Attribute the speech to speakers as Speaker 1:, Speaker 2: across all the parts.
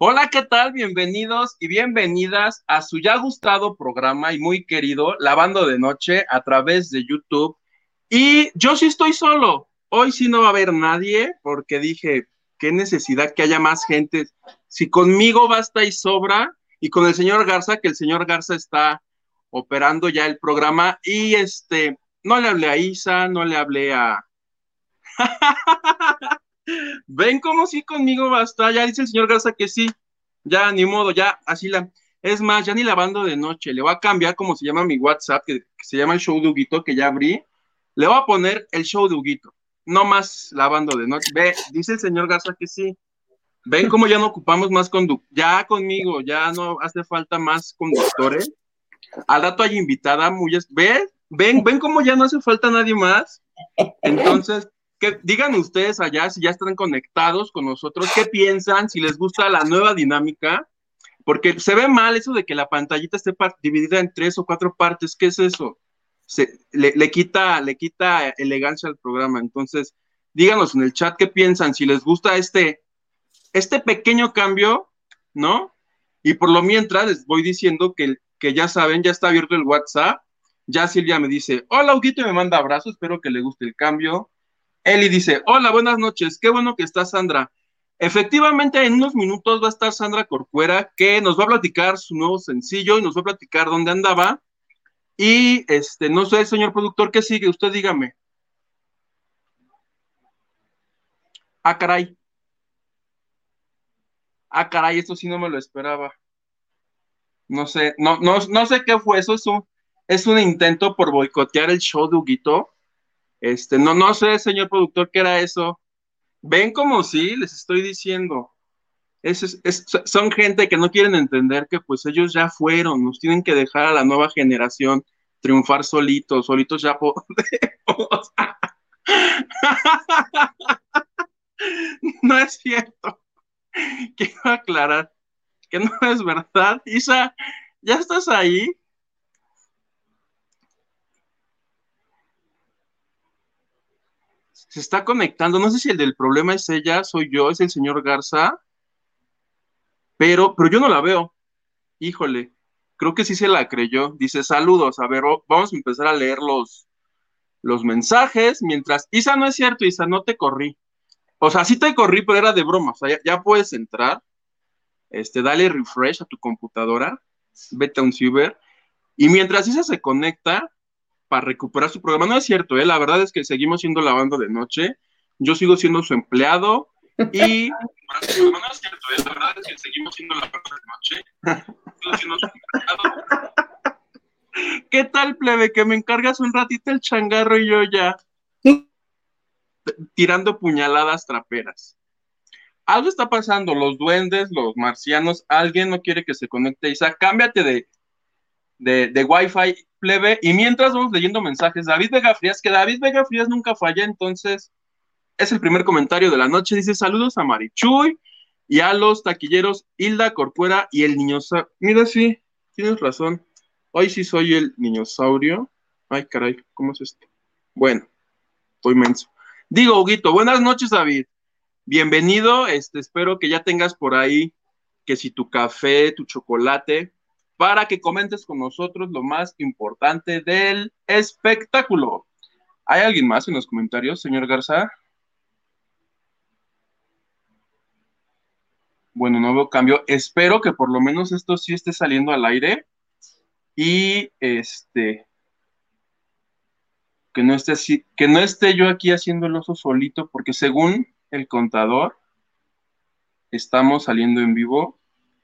Speaker 1: Hola, ¿qué tal? Bienvenidos y bienvenidas a su ya gustado programa y muy querido Lavando de Noche a través de YouTube. Y yo sí estoy solo. Hoy sí no va a haber nadie porque dije, qué necesidad que haya más gente. Si conmigo basta y sobra, y con el señor Garza, que el señor Garza está operando ya el programa, y no le hablé a Isa, no le hablé a... Ven como si conmigo basta, ya dice el señor Garza que sí, ya ni modo, ya así la... Es más, ya ni lavando de noche, le voy a cambiar como se llama mi WhatsApp, que se llama el show de Huguito, que ya abrí, le voy a poner el show de Huguito, no más lavando de noche. Ve, dice el señor Garza que sí, ven como ya no ocupamos más ya conmigo, ya no hace falta más conductores, al rato hay invitada, muy... ven como ya no hace falta nadie más. Entonces, que digan ustedes allá si ya están conectados con nosotros, qué piensan, si les gusta la nueva dinámica, porque se ve mal eso de que la pantallita esté dividida en 3 o 4 partes. ¿Qué es eso? Le quita elegancia al programa. Entonces, díganos en el chat qué piensan, si les gusta este pequeño cambio, ¿no? Y por lo mientras les voy diciendo que ya saben, ya está abierto el WhatsApp. Ya Silvia me dice, hola, Huguito, y me manda abrazos, espero que le guste el cambio. Eli dice, hola, buenas noches, qué bueno que está Sandra. Efectivamente, en unos minutos va a estar Sandra Corcuera, que nos va a platicar su nuevo sencillo y nos va a platicar dónde andaba. Y no sé, señor productor, ¿qué sigue? Usted dígame. Ah, caray. Ah, caray, esto sí no me lo esperaba. No sé, no sé qué fue eso, es un intento por boicotear el show de Huguito. No sé, señor productor, qué era eso. Ven como sí, les estoy diciendo. Son gente que no quieren entender que pues ellos ya fueron, nos tienen que dejar a la nueva generación triunfar solitos, solitos ya podemos. No es cierto, quiero aclarar que no es verdad. Isa, ¿ya estás ahí? Se está conectando, no sé si el del problema es ella, soy yo, es el señor Garza, pero yo no la veo. Híjole, creo que sí se la creyó. Dice, saludos, a ver, vamos a empezar a leer los mensajes, mientras, Isa, no es cierto, Isa, no te corrí. O sea, sí te corrí, pero era de broma. O sea, ya puedes entrar, dale refresh a tu computadora, vete a un ciber, y mientras Isa se conecta para recuperar su programa, no es cierto, la verdad es que seguimos siendo la banda de noche, yo sigo siendo su empleado, y... No es cierto, la verdad es que seguimos siendo la banda de noche, sigo siendo su empleado. ¿Qué tal, plebe? Que me encargas un ratito el changarro y yo ya tirando puñaladas traperas. Algo está pasando, los duendes, los marcianos, alguien no quiere que se conecte. Isa, cámbiate de Wi-Fi, plebe. Y mientras vamos leyendo mensajes, David Vega Frías, que David Vega Frías nunca falla, entonces es el primer comentario de la noche. Dice, saludos a Marichuy y a los taquilleros Hilda Corcuera y el niño. Mira, sí, tienes razón. Hoy sí soy el niñosaurio. Ay, caray, ¿cómo es esto? Bueno, estoy menso. Digo, Huguito, buenas noches, David. Bienvenido, espero que ya tengas por ahí que si tu café, tu chocolate, para que comentes con nosotros lo más importante del espectáculo. ¿Hay alguien más en los comentarios, señor Garza? Bueno, no veo cambio. Espero que por lo menos esto sí esté saliendo al aire y que no esté así, que no esté yo aquí haciendo el oso solito, porque según el contador, estamos saliendo en vivo.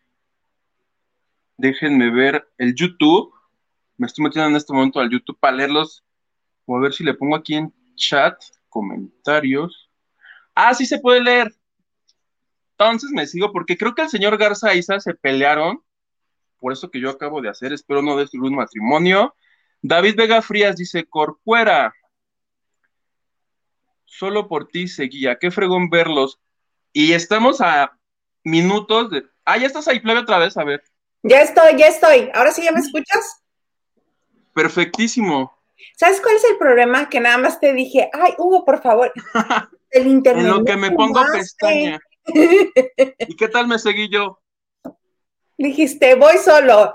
Speaker 1: Déjenme ver el YouTube. Me estoy metiendo en este momento al YouTube para leerlos. O a ver si le pongo aquí en chat, comentarios. Ah, sí se puede leer. Entonces me sigo, porque creo que el señor Garza e Isa se pelearon. Por eso que yo acabo de hacer. Espero no destruir un matrimonio. David Vega Frías dice: Corcuera, solo por ti seguía. Qué fregón verlos. Y estamos a minutos de. Ah, ya estás ahí, plebe, otra vez. A ver.
Speaker 2: Ya estoy, ya estoy. ¿Ahora sí ya me escuchas?
Speaker 1: Perfectísimo.
Speaker 2: ¿Sabes cuál es el problema? Que nada más te dije, ay, Hugo, por favor, el
Speaker 1: En
Speaker 2: internet
Speaker 1: lo
Speaker 2: me
Speaker 1: que me pongo
Speaker 2: tumbaste.
Speaker 1: pestaña. ¿Y qué tal me seguí yo?
Speaker 2: Dijiste, voy solo.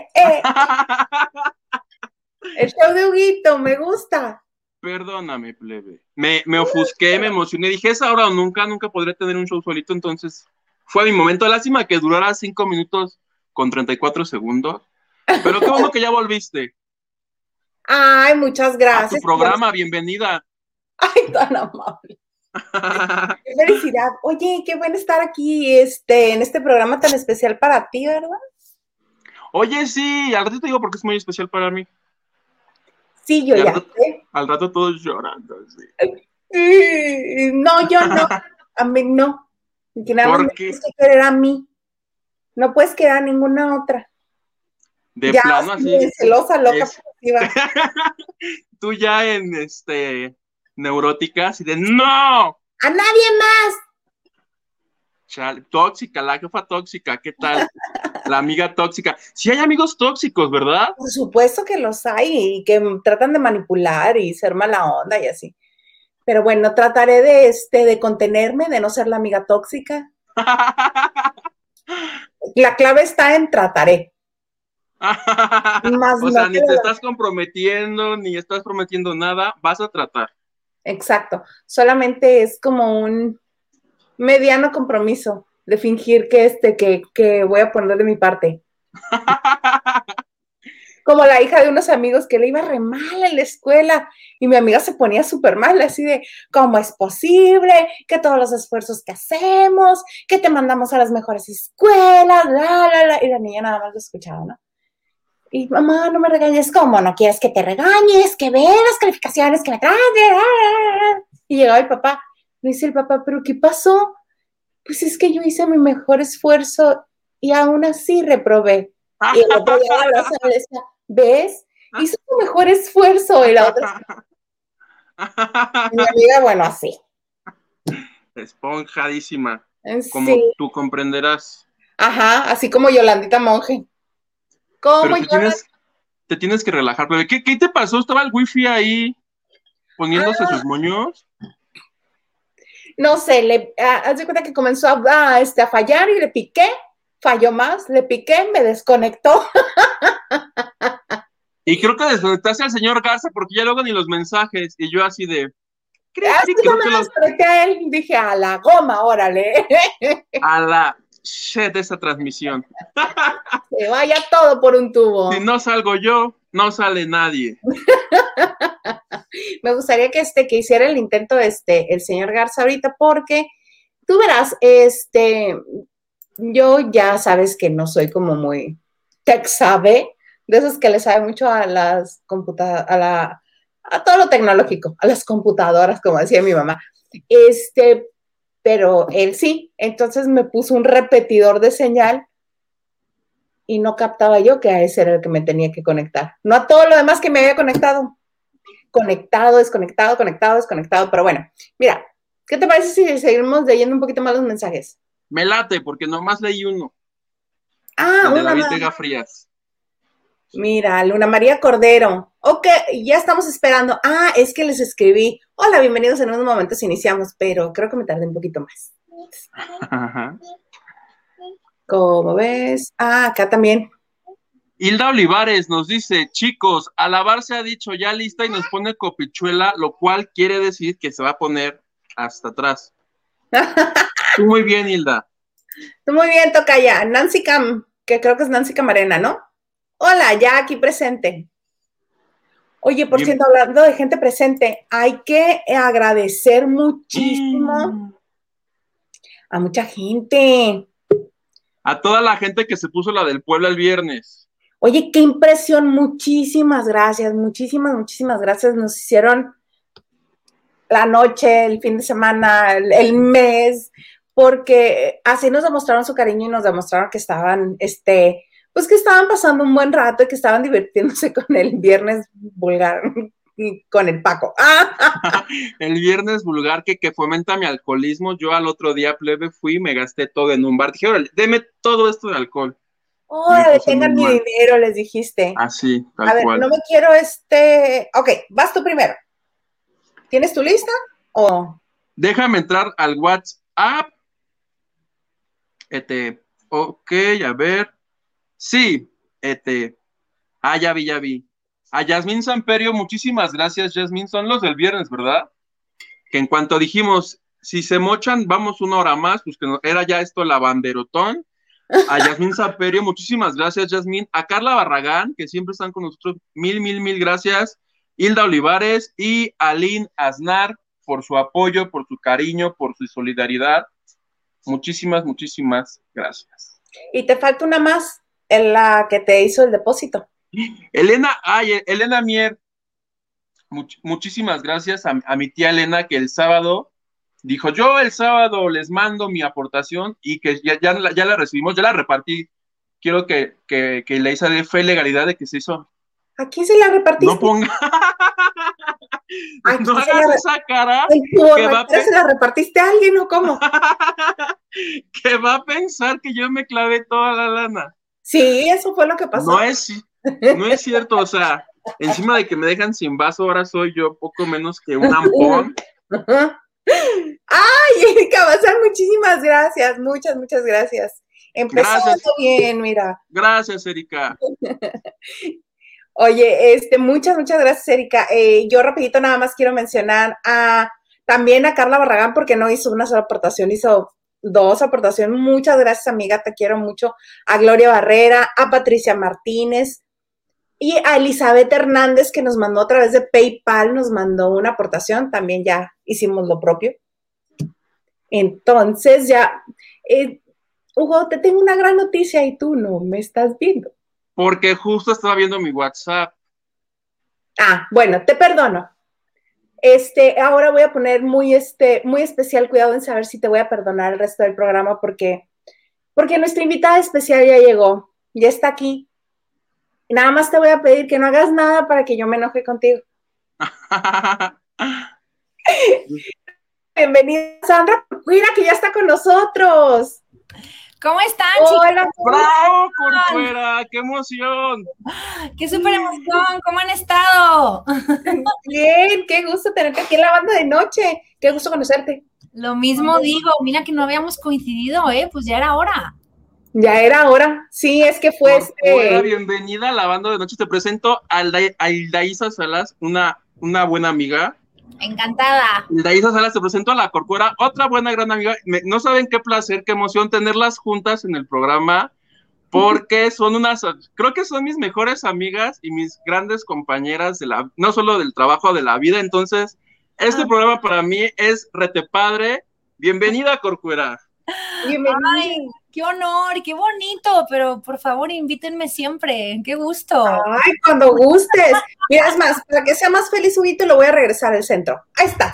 Speaker 2: El show de Huguito, me gusta.
Speaker 1: Perdóname, plebe. Me ofusqué, me emocioné. Dije, es ahora o nunca, nunca podré tener un show solito. Entonces, fue mi momento. Lástima que durara 5 minutos con 34 segundos. Pero qué bueno que ya volviste
Speaker 2: Ay, muchas
Speaker 1: a tu
Speaker 2: gracias.
Speaker 1: programa. Bienvenida.
Speaker 2: Ay, tan amable. Qué felicidad. Oye, qué bueno estar aquí, en este programa tan especial para ti, ¿verdad?
Speaker 1: Oye, sí, al ratito digo porque es muy especial para mí.
Speaker 2: Sí, yo
Speaker 1: Y
Speaker 2: ya sé.
Speaker 1: al rato todos llorando. Sí.
Speaker 2: No, yo no. A mí no. Que nada más me
Speaker 1: Porque
Speaker 2: tienes que querer a mí. No puedes querer a ninguna otra.
Speaker 1: de
Speaker 2: Ya,
Speaker 1: plano
Speaker 2: así
Speaker 1: así
Speaker 2: de celosa, loca,
Speaker 1: es.
Speaker 2: posesiva.
Speaker 1: Tú ya en neurótica, así de ¡no!
Speaker 2: ¡A nadie más!
Speaker 1: Chale, tóxica, la jefa tóxica, ¿qué tal? La amiga tóxica. Sí hay amigos tóxicos, ¿verdad?
Speaker 2: Por supuesto que los hay y que tratan de manipular y ser mala onda y así. Pero bueno, trataré de contenerme, de no ser la amiga tóxica. La clave está en trataré. Más
Speaker 1: O
Speaker 2: no
Speaker 1: sea,
Speaker 2: te
Speaker 1: ni te
Speaker 2: lo...
Speaker 1: estás comprometiendo, ni estás prometiendo nada, vas a tratar.
Speaker 2: Exacto. Solamente es como un mediano compromiso de fingir que voy a poner de mi parte. Como la hija de unos amigos que le iba re mal en la escuela y mi amiga se ponía súper mal, así de, ¿cómo es posible que todos los esfuerzos que hacemos, que te mandamos a las mejores escuelas, y la niña nada más lo escuchaba, ¿no? Y mamá, no me regañes, ¿cómo no quieres que te regañes? Que ve las calificaciones que me traen. Y llegaba el papá, me dice el papá, ¿pero qué pasó? Pues es que yo hice mi mejor esfuerzo y aún así reprobé. Y el otro día la abrazaba y le decía, ¿ves? Hizo su mejor esfuerzo. Y la otra, mi amiga, bueno, así.
Speaker 1: Esponjadísima, como
Speaker 2: Sí.
Speaker 1: tú comprenderás.
Speaker 2: Ajá, así como Yolandita Monge. Como
Speaker 1: Pero
Speaker 2: Yolandita.
Speaker 1: te tienes que relajar. Pero ¿qué te pasó? ¿Estaba el wifi ahí poniéndose sus moños?
Speaker 2: No sé, haz de cuenta que comenzó a fallar y le piqué, falló más, le piqué, me desconectó.
Speaker 1: Y creo que desconectaste al señor Garza porque ya luego ni los mensajes. Y yo así de,
Speaker 2: Así no
Speaker 1: creo
Speaker 2: me
Speaker 1: que los...
Speaker 2: desconecté a él, dije, a la goma, órale.
Speaker 1: A la shit de esta transmisión.
Speaker 2: Se vaya todo por un
Speaker 1: Si
Speaker 2: tubo.
Speaker 1: no salgo yo, no sale nadie.
Speaker 2: Me gustaría que hiciera el intento el señor Garza ahorita, porque tú verás, yo ya sabes que no soy como muy tech sabe, de esos que le sabe mucho a las computadoras, a todo lo tecnológico, a las computadoras, como decía mi mamá. Pero él sí, entonces me puso un repetidor de señal y no captaba yo que a ese era el que me tenía que conectar, no a todo lo demás que me había conectado. Conectado, desconectado, conectado, desconectado. Pero bueno, mira, ¿qué te parece si seguimos leyendo un poquito más los mensajes?
Speaker 1: Me late, porque nomás leí uno,
Speaker 2: Ah,
Speaker 1: el de
Speaker 2: una
Speaker 1: David
Speaker 2: más.
Speaker 1: Vega Frías.
Speaker 2: Mira, Luna María Cordero. Ok, ya estamos esperando. Ah, es que les escribí. Hola, bienvenidos. En unos momentos iniciamos, pero creo que me tardé un poquito más.
Speaker 1: Ajá.
Speaker 2: ¿Cómo ves? Ah, acá también.
Speaker 1: Hilda Olivares nos dice, chicos, alabar se ha dicho ya lista y nos pone copichuela, lo cual quiere decir que se va a poner hasta atrás. Tú muy bien, Hilda.
Speaker 2: Tú muy bien, toca ya. Nancy Cam, que creo que es Nancy Camarena, ¿no? Hola, ya aquí presente. Oye, por
Speaker 1: Bien.
Speaker 2: cierto, hablando de gente presente, hay que agradecer muchísimo a mucha gente.
Speaker 1: A toda la gente que se puso la del Puebla el viernes.
Speaker 2: Oye, qué impresión, muchísimas gracias, muchísimas, muchísimas gracias. Nos hicieron la noche, el fin de semana, el mes, porque así nos demostraron su cariño y nos demostraron que estaban, pues que estaban pasando un buen rato y que estaban divirtiéndose con el viernes vulgar, con el Paco.
Speaker 1: El viernes vulgar que fomenta mi alcoholismo, yo al otro día, plebe, fui y me gasté todo en un bar. Dije, órale, deme todo esto de alcohol. Y me
Speaker 2: Órale,
Speaker 1: puse muy
Speaker 2: tengan mi
Speaker 1: mal.
Speaker 2: dinero, les dijiste.
Speaker 1: Así,
Speaker 2: A
Speaker 1: tal
Speaker 2: ver,
Speaker 1: cual.
Speaker 2: no me quiero Ok, vas tú primero. ¿Tienes tu lista? O
Speaker 1: Déjame entrar al WhatsApp. Ok, a ver. Sí, ya vi, ya vi. A Yasmín Samperio, muchísimas gracias, Yasmín. Son los del viernes, ¿verdad? Que en cuanto dijimos, si se mochan, vamos una hora más, pues que era ya esto la banderotón. A Yasmín Samperio, muchísimas gracias, Yasmín. A Carla Barragán, que siempre están con nosotros, mil gracias. Hilda Olivares y a Lynn Aznar por su apoyo, por su cariño, por su solidaridad. Muchísimas gracias.
Speaker 2: Y te falta una más, en la que te hizo el depósito.
Speaker 1: Elena Mier, muchísimas gracias a mi tía Elena, que el sábado dijo, yo el sábado les mando mi aportación y que ya la recibimos, ya la repartí. Quiero que la Isa dé fe y legalidad de que se hizo.
Speaker 2: ¿A quién se la repartiste?
Speaker 1: No ponga. No hagas esa cara.
Speaker 2: ¿Se la repartiste a alguien o cómo?
Speaker 1: Que va a pensar que yo me clavé toda la lana.
Speaker 2: Sí, eso fue lo que pasó.
Speaker 1: No es cierto, o sea, encima de que me dejan sin vaso, ahora soy yo poco menos que un ampón.
Speaker 2: Ay, Erika Bazán, muchísimas gracias, muchas gracias. Empezó bien, mira.
Speaker 1: Gracias, Erika.
Speaker 2: Oye, muchas gracias, Erika. Yo rapidito nada más quiero mencionar también a Carla Barragán, porque no hizo una sola aportación, hizo 2 aportaciones. Muchas gracias, amiga, te quiero mucho. A Gloria Barrera, a Patricia Martínez y a Elizabeth Hernández, que nos mandó a través de PayPal, nos mandó una aportación. También ya hicimos lo propio. Entonces ya, Hugo, te tengo una gran noticia y tú no me estás viendo.
Speaker 1: Porque justo estaba viendo mi WhatsApp.
Speaker 2: Bueno, te perdono. Ahora voy a poner muy especial cuidado en saber si te voy a perdonar el resto del programa porque nuestra invitada especial ya llegó, ya está aquí. Y nada más te voy a pedir que no hagas nada para que yo me enoje contigo. Bienvenida, Sandra Corcuera, que ya está con nosotros.
Speaker 3: ¿Cómo están,
Speaker 2: Hola,
Speaker 3: chicos?
Speaker 1: ¡Bravo, Corcuera! ¡Qué emoción!
Speaker 3: ¡Qué súper emoción! ¿Cómo han estado?
Speaker 2: Bien, qué gusto tenerte aquí en la banda de noche. Qué gusto conocerte.
Speaker 3: Lo mismo digo, mira que no habíamos coincidido, pues ya era hora.
Speaker 2: Ya era hora. Sí, es que fue
Speaker 1: Corcuera, bienvenida a la banda de noche. Te presento a Hildaísa Salas, una buena amiga.
Speaker 3: Encantada.
Speaker 1: Hildaísa Salas, te presento a la Corcuera, otra buena gran amiga. No saben qué placer, qué emoción tenerlas juntas en el programa, porque creo que son mis mejores amigas y mis grandes compañeras no solo del trabajo, de la vida. Entonces, programa para mí es rete padre. Bienvenida, Corcuera.
Speaker 2: Bienvenida.
Speaker 3: Ay, qué honor, qué bonito, pero por favor invítenme siempre, qué gusto.
Speaker 2: Ay, cuando gustes. Mira, es más, para que sea más feliz, Huguito, lo voy a regresar al centro. Ahí estás.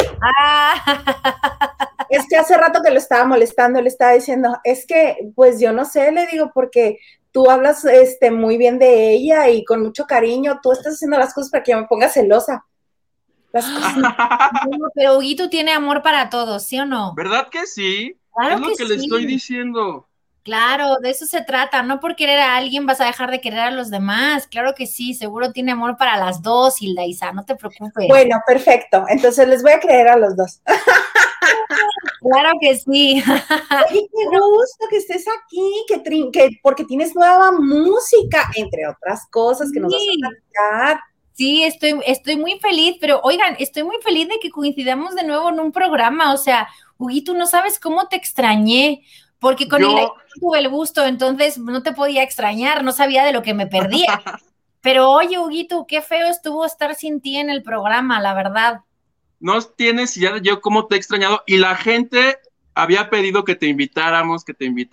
Speaker 2: Es que hace rato que lo estaba molestando, le estaba diciendo, es que, pues yo no sé, le digo, porque tú hablas muy bien de ella y con mucho cariño, tú estás haciendo las cosas para que yo me ponga celosa. Las cosas.
Speaker 3: No, pero Huguito tiene amor para todos, ¿sí o no?
Speaker 1: ¿Verdad que sí?
Speaker 3: Claro
Speaker 1: es lo que le estoy diciendo.
Speaker 3: Claro, de eso se trata. No por querer a alguien vas a dejar de querer a los demás. Claro que sí, seguro tiene amor para las dos, Hildaísa, no te preocupes.
Speaker 2: Bueno, perfecto. Entonces les voy a creer a los dos.
Speaker 3: Claro que sí.
Speaker 2: Oye, qué gusto que estés aquí, que porque tienes nueva música, entre otras cosas que nos vas a platicar.
Speaker 3: Sí, estoy muy feliz, pero oigan, estoy muy feliz de que coincidamos de nuevo en un programa. O sea, Huguito, no sabes cómo te extrañé, porque con Hildaísa tuve el gusto, entonces no te podía extrañar, no sabía de lo que me perdía. Pero oye, Huguito, qué feo estuvo estar sin ti en el programa, la verdad.
Speaker 1: No tienes idea yo cómo te he extrañado, y la gente había pedido que te invitáramos.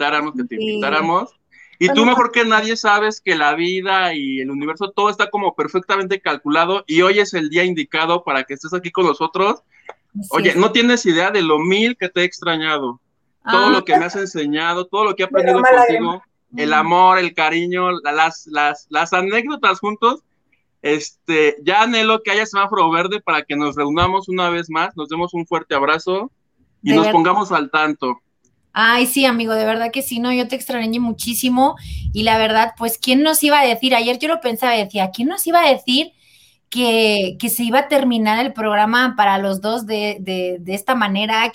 Speaker 1: Y tú mejor que nadie sabes que la vida y el universo, todo está como perfectamente calculado, y hoy es el día indicado para que estés aquí con nosotros. Oye, no tienes idea de lo mil que te he extrañado. Todo lo que me has enseñado, todo lo que he aprendido contigo, el amor, el cariño, las anécdotas juntos. Ya anhelo que haya semáforo verde para que nos reunamos una vez más, nos demos un fuerte abrazo y nos pongamos al tanto.
Speaker 3: Ay, sí, amigo, de verdad que sí, no, yo te extrañé muchísimo y la verdad, pues, ¿quién nos iba a decir? Ayer yo lo pensaba y decía, ¿quién nos iba a decir que se iba a terminar el programa para los dos de esta manera, que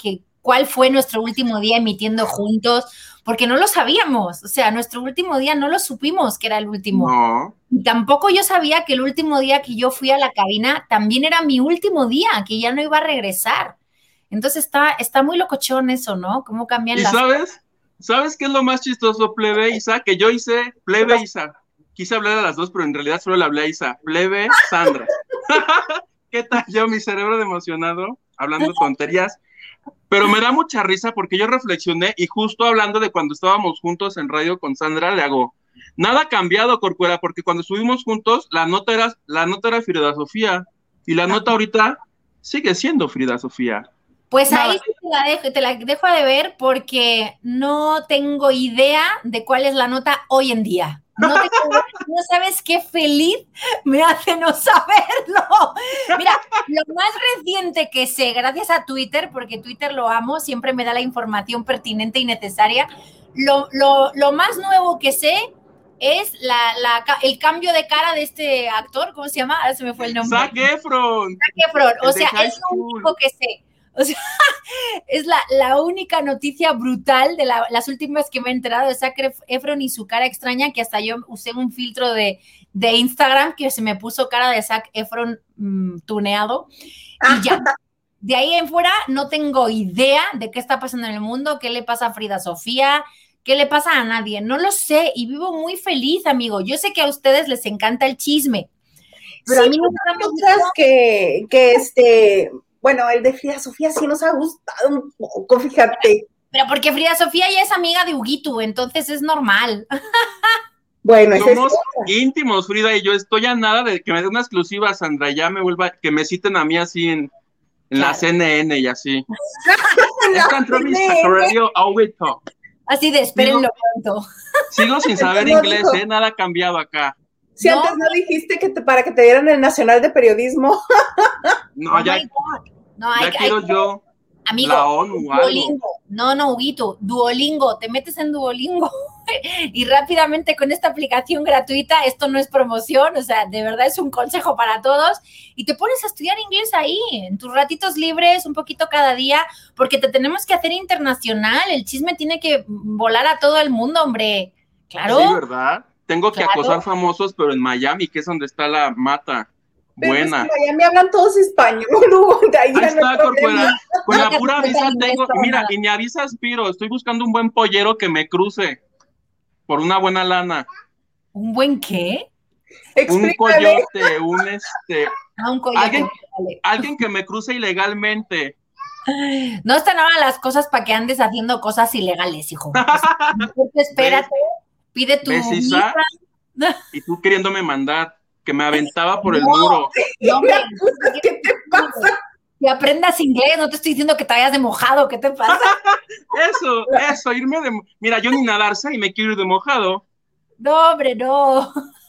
Speaker 3: cuál fue nuestro último día emitiendo juntos, porque no lo sabíamos, o sea, nuestro último día no lo supimos que era el último.
Speaker 1: No.
Speaker 3: Y tampoco yo sabía que el último día que yo fui a la cabina también era mi último día, que ya no iba a regresar. Entonces está muy locochón eso, ¿no? Cómo cambian
Speaker 1: ¿Y
Speaker 3: las...
Speaker 1: ¿Sabes qué es lo más chistoso, Plebe Isa? Que yo hice Plebe Isa. Quise hablar a las dos, pero en realidad solo le hablé a Isa. Plebe Sandra. ¿Qué tal yo, mi cerebro de emocionado, hablando tonterías? Pero me da mucha risa porque yo reflexioné y justo hablando de cuando estábamos juntos en radio con Sandra, le hago, nada ha cambiado, Corcuera, porque cuando estuvimos juntos, la nota era Frida Sofía, y la nota ahorita sigue siendo Frida Sofía.
Speaker 3: Pues ahí sí te la dejo de ver porque no tengo idea de cuál es la nota hoy en día. No sabes qué feliz me hace no saberlo. Mira, lo más reciente que sé, gracias a Twitter, porque Twitter lo amo, siempre me da la información pertinente y necesaria. Lo más nuevo que sé es el cambio de cara de este actor, ¿cómo se llama? Ahora se me fue el nombre.
Speaker 1: Zac Efron.
Speaker 3: O sea, es lo único que sé. O sea, es la única noticia brutal de las últimas que me he enterado de Zac Efron y su cara extraña, que hasta yo usé un filtro de Instagram que se me puso cara de Zac Efron tuneado. Y ya, de ahí en fuera no tengo idea de qué está pasando en el mundo, qué le pasa a Frida Sofía, qué le pasa a nadie. No lo sé y vivo muy feliz, amigo. Yo sé que a ustedes les encanta el chisme.
Speaker 2: Pero sí, a mí me da mucho que bueno, el de Frida Sofía sí nos ha gustado un poco, fíjate.
Speaker 3: Pero porque Frida Sofía ya es amiga de Huguito, entonces es normal.
Speaker 1: Bueno, somos íntimos, Frida y yo. Estoy a nada de que me dé una exclusiva, Sandra, ya me vuelva, que me citen a mí así en la CNN y así. Esta entrevista con Radio Huguito.
Speaker 3: Así de, espérenlo pronto.
Speaker 1: Sigo sin saber inglés, nada ha cambiado acá.
Speaker 2: Si antes no dijiste que para que te dieran el Nacional de Periodismo.
Speaker 1: No, ya quiero yo
Speaker 3: amigo,
Speaker 1: la ONU
Speaker 3: Duolingo. No, Huguito, Duolingo, te metes en Duolingo y rápidamente con esta aplicación gratuita, esto no es promoción, o sea, de verdad es un consejo para todos, y te pones a estudiar inglés ahí, en tus ratitos libres, un poquito cada día, porque te tenemos que hacer internacional, el chisme tiene que volar a todo el mundo, hombre, claro.
Speaker 1: Sí, ¿verdad? Tengo que acosar famosos, pero en Miami, que es donde está la mata. Buena.
Speaker 2: En Miami hablan todos español, Hugo. Ahí
Speaker 1: está, Corcuera. Con la pura visa tengo. Mira, y me avisas, Piro. Estoy buscando un buen pollero que me cruce por una buena lana.
Speaker 3: ¿Un buen qué?
Speaker 1: Un coyote,
Speaker 3: un coyote.
Speaker 1: Alguien que me cruce ilegalmente.
Speaker 3: No están ahora las cosas para que andes haciendo cosas ilegales, hijo. Espérate, pide tu visa.
Speaker 1: Y tú queriéndome mandar. Que me aventaba por el muro.
Speaker 2: No, ¿qué te pasa?
Speaker 3: Que aprendas inglés, no te estoy diciendo que te vayas de mojado, ¿qué te pasa?
Speaker 1: Eso, irme de... Mira, yo ni nadar sé y me quiero ir de mojado.
Speaker 3: No, hombre, no.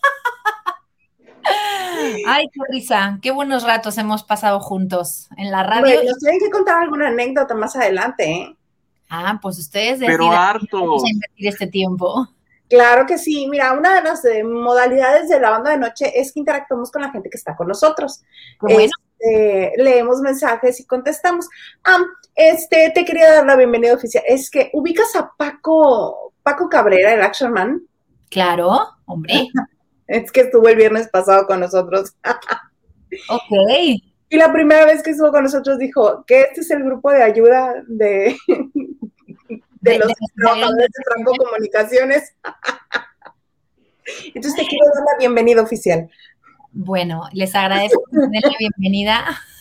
Speaker 3: Ay, qué risa, qué buenos ratos hemos pasado juntos en la radio.
Speaker 2: Bueno, nos tienen que contar alguna anécdota más adelante, ¿eh?
Speaker 3: Ah, pues ustedes
Speaker 1: pero hartos.
Speaker 3: Vamos a invertir este tiempo.
Speaker 2: Claro que sí. Mira, una de las modalidades de Lavando de Noche es que interactuamos con la gente que está con nosotros.
Speaker 3: Bueno.
Speaker 2: Leemos mensajes y contestamos. Te quería dar la bienvenida oficial. Es que ubicas a Paco Cabrera, el Action Man.
Speaker 3: Claro, hombre.
Speaker 2: Es que estuvo el viernes pasado con nosotros.
Speaker 3: Ok.
Speaker 2: Y la primera vez que estuvo con nosotros dijo que este es el grupo de ayuda de los trabajadores de Franco Comunicaciones. Entonces te quiero dar la bienvenida oficial.
Speaker 3: Bueno, les agradezco la bienvenida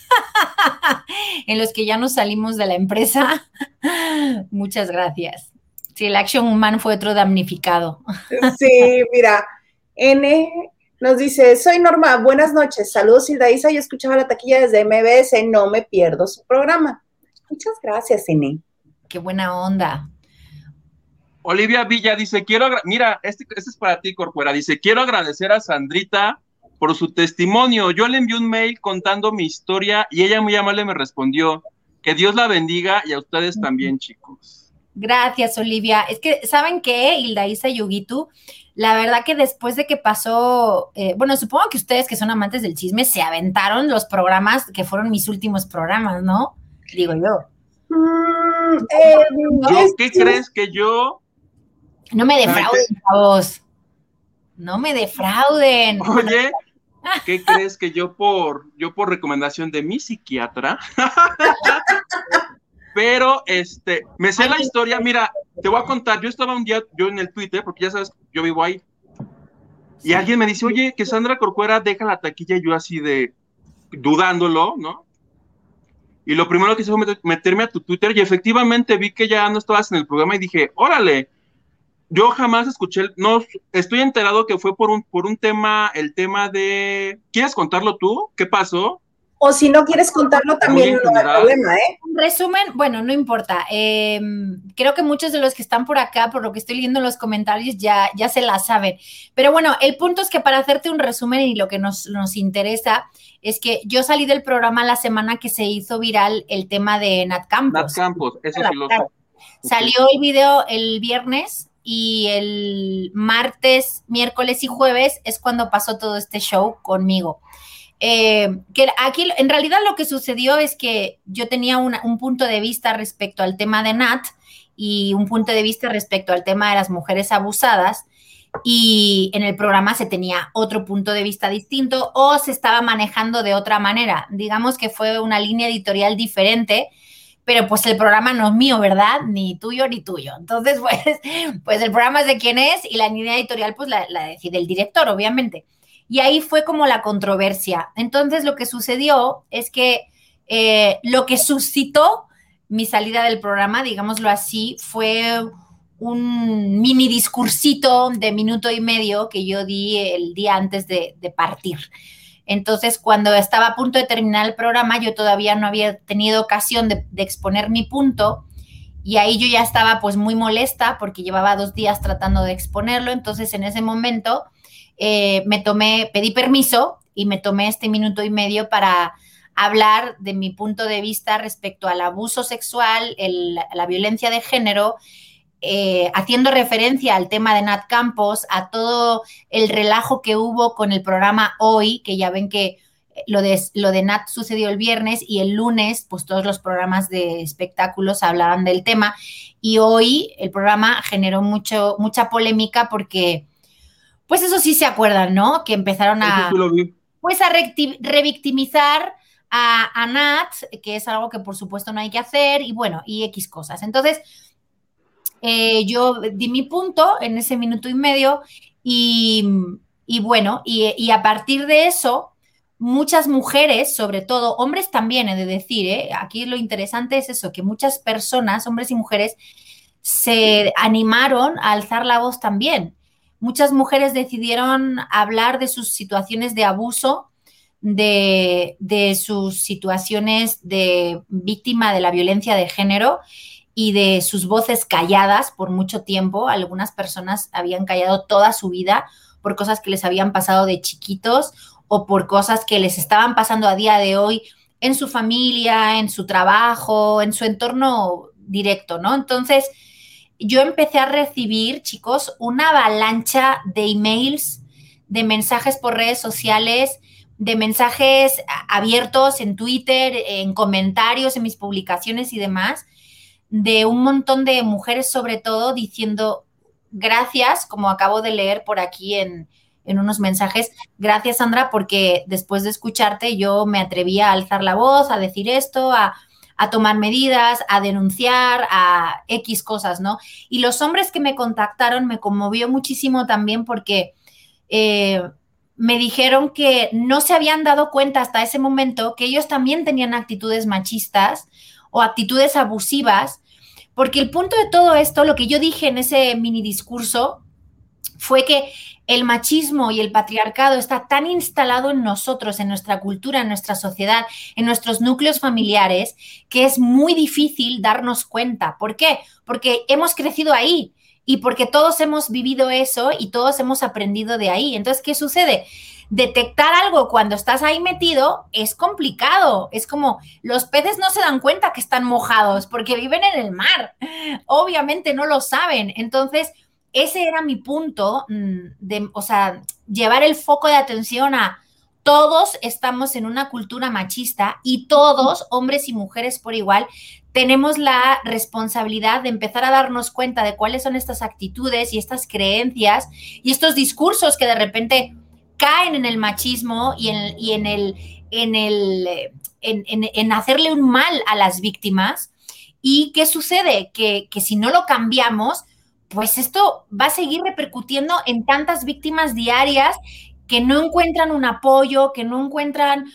Speaker 3: en los que ya nos salimos de la empresa. Muchas gracias. Sí, el Action Man fue otro damnificado.
Speaker 2: Sí, mira, N nos dice, soy Norma, buenas noches, saludos Hilda Isa, yo escuchaba la taquilla desde MBS, no me pierdo su programa. Muchas gracias, N.
Speaker 3: Qué buena onda.
Speaker 1: Olivia Villa dice, mira, este es para ti, Corcuera, dice, quiero agradecer a Sandrita por su testimonio. Yo le envié un mail contando mi historia y ella muy amable me respondió, que Dios la bendiga y a ustedes también, chicos.
Speaker 3: Gracias, Olivia. Es que, ¿saben qué, Hilda Isa y Huguito? La verdad que después de que pasó, bueno, supongo que ustedes que son amantes del chisme se aventaron los programas que fueron mis últimos programas, ¿no? Digo yo.
Speaker 1: ¿Qué crees que yo?
Speaker 3: No me defrauden, chavos. No me defrauden.
Speaker 1: Oye, ¿qué crees que yo por recomendación de mi psiquiatra? Pero, me sé la historia, mira, te voy a contar, yo estaba un día, yo en el Twitter, porque ya sabes, yo vivo ahí, y alguien me dice, oye, que Sandra Corcuera deja la taquilla, y yo así de, dudándolo, ¿no? Y lo primero que hice fue meterme a tu Twitter, y efectivamente vi que ya no estabas en el programa, y dije, órale, yo jamás escuché, no, estoy enterado que fue por un tema, el tema de, ¿quieres contarlo tú? ¿Qué pasó?
Speaker 2: O si no quieres contarlo también, no hay problema, ¿eh?
Speaker 3: Un resumen, bueno, no importa. Creo que muchos de los que están por acá, por lo que estoy leyendo en los comentarios, ya se la saben. Pero bueno, el punto es que para hacerte un resumen y lo que nos interesa es que yo salí del programa la semana que se hizo viral el tema de Nat Campos.
Speaker 1: Nat Campos, eso sí lo sé.
Speaker 3: Salió el video el viernes y el martes, miércoles y jueves es cuando pasó todo este show conmigo. Que aquí en realidad lo que sucedió es que yo tenía un punto de vista respecto al tema de Nat y un punto de vista respecto al tema de las mujeres abusadas, y en el programa se tenía otro punto de vista distinto o se estaba manejando de otra manera. Digamos que fue una línea editorial diferente, pero pues el programa no es mío, ¿verdad? Ni tuyo ni tuyo. Entonces, pues el programa es de quien es y la línea editorial pues la decide el director, obviamente. Y ahí fue como la controversia. Entonces, lo que sucedió es que lo que suscitó mi salida del programa, digámoslo así, fue un mini discursito de 1.5 minutos que yo di el día antes de partir. Entonces, cuando estaba a punto de terminar el programa, yo todavía no había tenido ocasión de exponer mi punto, y ahí yo ya estaba pues muy molesta porque llevaba 2 días tratando de exponerlo. Entonces, en ese momento pedí permiso y me tomé 1.5 minutos para hablar de mi punto de vista respecto al abuso sexual, la violencia de género, haciendo referencia al tema de Nat Campos, a todo el relajo que hubo con el programa Hoy, que ya ven que lo de Nat sucedió el viernes y el lunes pues todos los programas de espectáculos hablaban del tema, y hoy el programa generó mucha polémica porque pues eso sí se acuerdan, ¿no? Que empezaron a revictimizar a Nat, que es algo que por supuesto no hay que hacer, y bueno, y X cosas. Entonces, yo di mi punto en ese 1.5 minutos y bueno, y a partir de eso, muchas mujeres, sobre todo, hombres también, he de decir, aquí lo interesante es eso, que muchas personas, hombres y mujeres, se animaron a alzar la voz también. Muchas mujeres decidieron hablar de sus situaciones de abuso, de sus situaciones de víctima de la violencia de género y de sus voces calladas por mucho tiempo. Algunas personas habían callado toda su vida por cosas que les habían pasado de chiquitos o por cosas que les estaban pasando a día de hoy en su familia, en su trabajo, en su entorno directo, ¿no? Entonces, yo empecé a recibir, chicos, una avalancha de emails, de mensajes por redes sociales, de mensajes abiertos en Twitter, en comentarios, en mis publicaciones y demás, de un montón de mujeres sobre todo diciendo gracias, como acabo de leer por aquí en unos mensajes, gracias Sandra, porque después de escucharte yo me atreví a alzar la voz, a decir esto, a tomar medidas, a denunciar, a X cosas, ¿no? Y los hombres que me contactaron me conmovió muchísimo también porque me dijeron que no se habían dado cuenta hasta ese momento que ellos también tenían actitudes machistas o actitudes abusivas, porque el punto de todo esto, lo que yo dije en ese mini discurso, fue que el machismo y el patriarcado está tan instalado en nosotros, en nuestra cultura, en nuestra sociedad, en nuestros núcleos familiares, que es muy difícil darnos cuenta. ¿Por qué? Porque hemos crecido ahí y porque todos hemos vivido eso y todos hemos aprendido de ahí. Entonces, ¿qué sucede? Detectar algo cuando estás ahí metido es complicado. Es como los peces no se dan cuenta que están mojados porque viven en el mar. Obviamente no lo saben. Entonces, ese era mi punto, o sea, llevar el foco de atención a todos estamos en una cultura machista y todos, hombres y mujeres por igual, tenemos la responsabilidad de empezar a darnos cuenta de cuáles son estas actitudes y estas creencias y estos discursos que de repente caen en el machismo y en hacerle un mal a las víctimas. ¿Y qué sucede? Que si no lo cambiamos, pues esto va a seguir repercutiendo en tantas víctimas diarias que no encuentran un apoyo, que no encuentran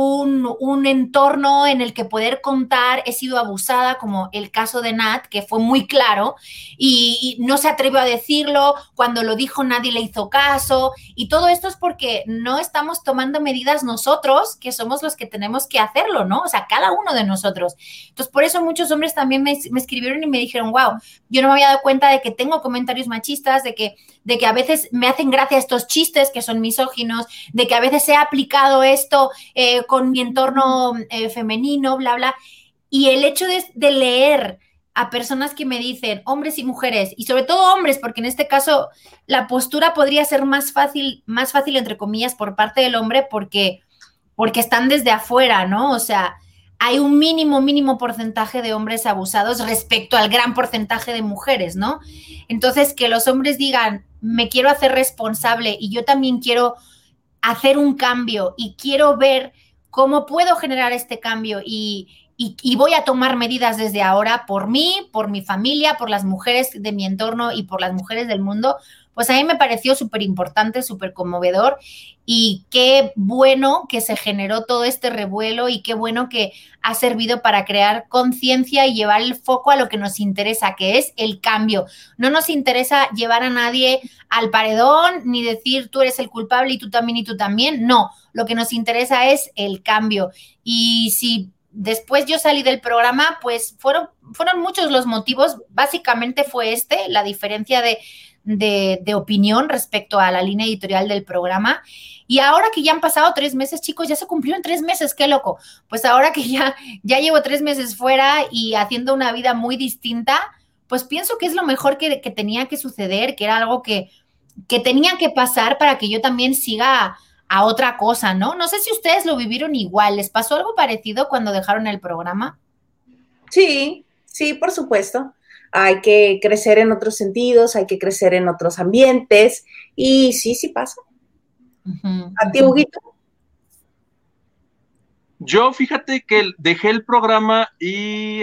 Speaker 3: un entorno en el que poder contar, he sido abusada, como el caso de Nat, que fue muy claro, y no se atrevió a decirlo, cuando lo dijo nadie le hizo caso, y todo esto es porque no estamos tomando medidas nosotros, que somos los que tenemos que hacerlo, ¿no? O sea, cada uno de nosotros. Entonces, por eso muchos hombres también me escribieron y me dijeron, wow, yo no me había dado cuenta de que tengo comentarios machistas, de que a veces me hacen gracia estos chistes que son misóginos, de que a veces he aplicado esto con mi entorno femenino, bla, bla. Y el hecho de leer a personas que me dicen, hombres y mujeres, y sobre todo hombres, porque en este caso la postura podría ser más fácil, entre comillas, por parte del hombre, porque están desde afuera, ¿no? O sea, hay un mínimo porcentaje de hombres abusados respecto al gran porcentaje de mujeres, ¿no? Entonces, que los hombres digan, me quiero hacer responsable y yo también quiero hacer un cambio y quiero ver cómo puedo generar este cambio y voy a tomar medidas desde ahora por mí, por mi familia, por las mujeres de mi entorno y por las mujeres del mundo, pues a mí me pareció súper importante, súper conmovedor y qué bueno que se generó todo este revuelo y qué bueno que ha servido para crear conciencia y llevar el foco a lo que nos interesa, que es el cambio. No nos interesa llevar a nadie al paredón ni decir tú eres el culpable y tú también. No, lo que nos interesa es el cambio. Y si después yo salí del programa, pues fueron muchos los motivos. Básicamente fue la diferencia de opinión respecto a la línea editorial del programa. Y ahora que ya han pasado 3 meses, chicos, ya se cumplieron 3 meses, qué loco. Pues ahora que ya llevo 3 meses fuera y haciendo una vida muy distinta, pues pienso que es lo mejor que tenía que suceder, que era algo que tenía que pasar para que yo también siga a otra cosa, ¿no? No sé si ustedes lo vivieron igual. ¿Les pasó algo parecido cuando dejaron el programa?
Speaker 2: Sí, por supuesto. Hay que crecer en otros sentidos, hay que crecer en otros ambientes y sí pasa.
Speaker 3: Uh-huh.
Speaker 2: ¿A ti, Huguito?
Speaker 1: Yo, fíjate que dejé el programa y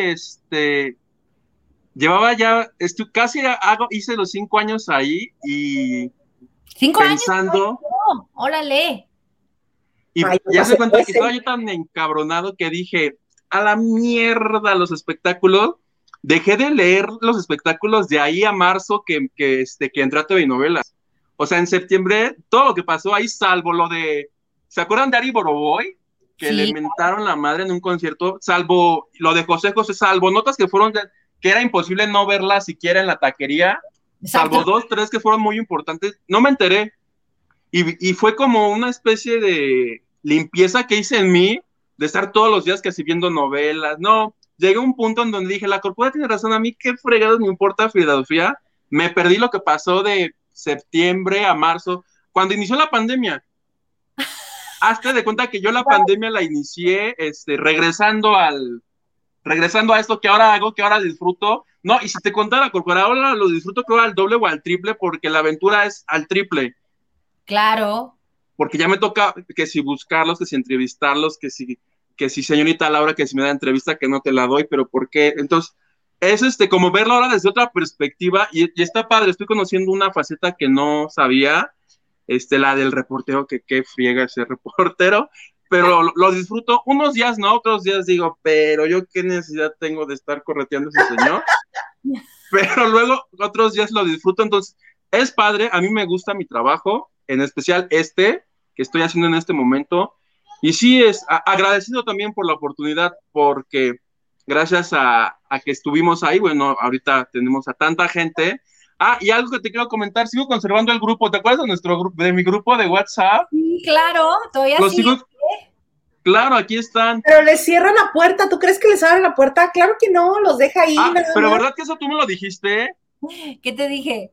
Speaker 1: llevaba ya, hice los 5 años ahí y
Speaker 3: 5
Speaker 1: pensando,
Speaker 3: años. No, órale.
Speaker 1: Y ya se cuenta que estaba yo tan encabronado que dije, a la mierda los espectáculos. Dejé de leer los espectáculos de ahí a marzo que entré a TV Novelas. O sea, en septiembre, todo lo que pasó ahí, salvo lo de, ¿se acuerdan de Ari Boroboy? Que
Speaker 3: Sí.
Speaker 1: le mentaron la madre en un concierto, salvo lo de José José, salvo notas que fueron, que era imposible no verlas siquiera en la taquería,
Speaker 3: Exacto.
Speaker 1: salvo 2, 3 que fueron muy importantes, no me enteré. Y fue como una especie de limpieza que hice en mí, de estar todos los días casi viendo novelas. No, llegué a un punto en donde dije, la corpora tiene razón, a mí qué fregados me importa Filadelfia. Me perdí lo que pasó de septiembre a marzo, cuando inició la pandemia. Hazte de cuenta que yo la pandemia la inicié regresando a esto que ahora hago, que ahora disfruto. No, y si te contara, corpora, ahora lo disfruto creo al doble o al triple, porque la aventura es al triple.
Speaker 3: Claro.
Speaker 1: Porque ya me toca que si buscarlos, que si entrevistarlos, que si señorita Laura, que si me da entrevista, que no te la doy, pero ¿por qué? Entonces, es como verlo ahora desde otra perspectiva y está padre, estoy conociendo una faceta que no sabía, la del reportero, que qué friega ser reportero, pero lo disfruto, unos días no, otros días digo, pero yo qué necesidad tengo de estar correteando a ese señor, pero luego otros días lo disfruto, entonces es padre, a mí me gusta mi trabajo, en especial que estoy haciendo en este momento, y sí es agradecido también por la oportunidad, porque gracias a que estuvimos ahí, bueno, ahorita tenemos a tanta gente. Y algo que te quiero comentar, sigo conservando el grupo, ¿te acuerdas de nuestro grupo, de mi grupo de WhatsApp?
Speaker 3: Sí, claro, todavía sí.
Speaker 1: Claro, aquí están.
Speaker 2: Pero les cierran la puerta, ¿tú crees que les abren la puerta? Claro que no, los deja ahí.
Speaker 1: Pero ¿verdad que eso tú me lo dijiste?
Speaker 3: ¿Qué te dije?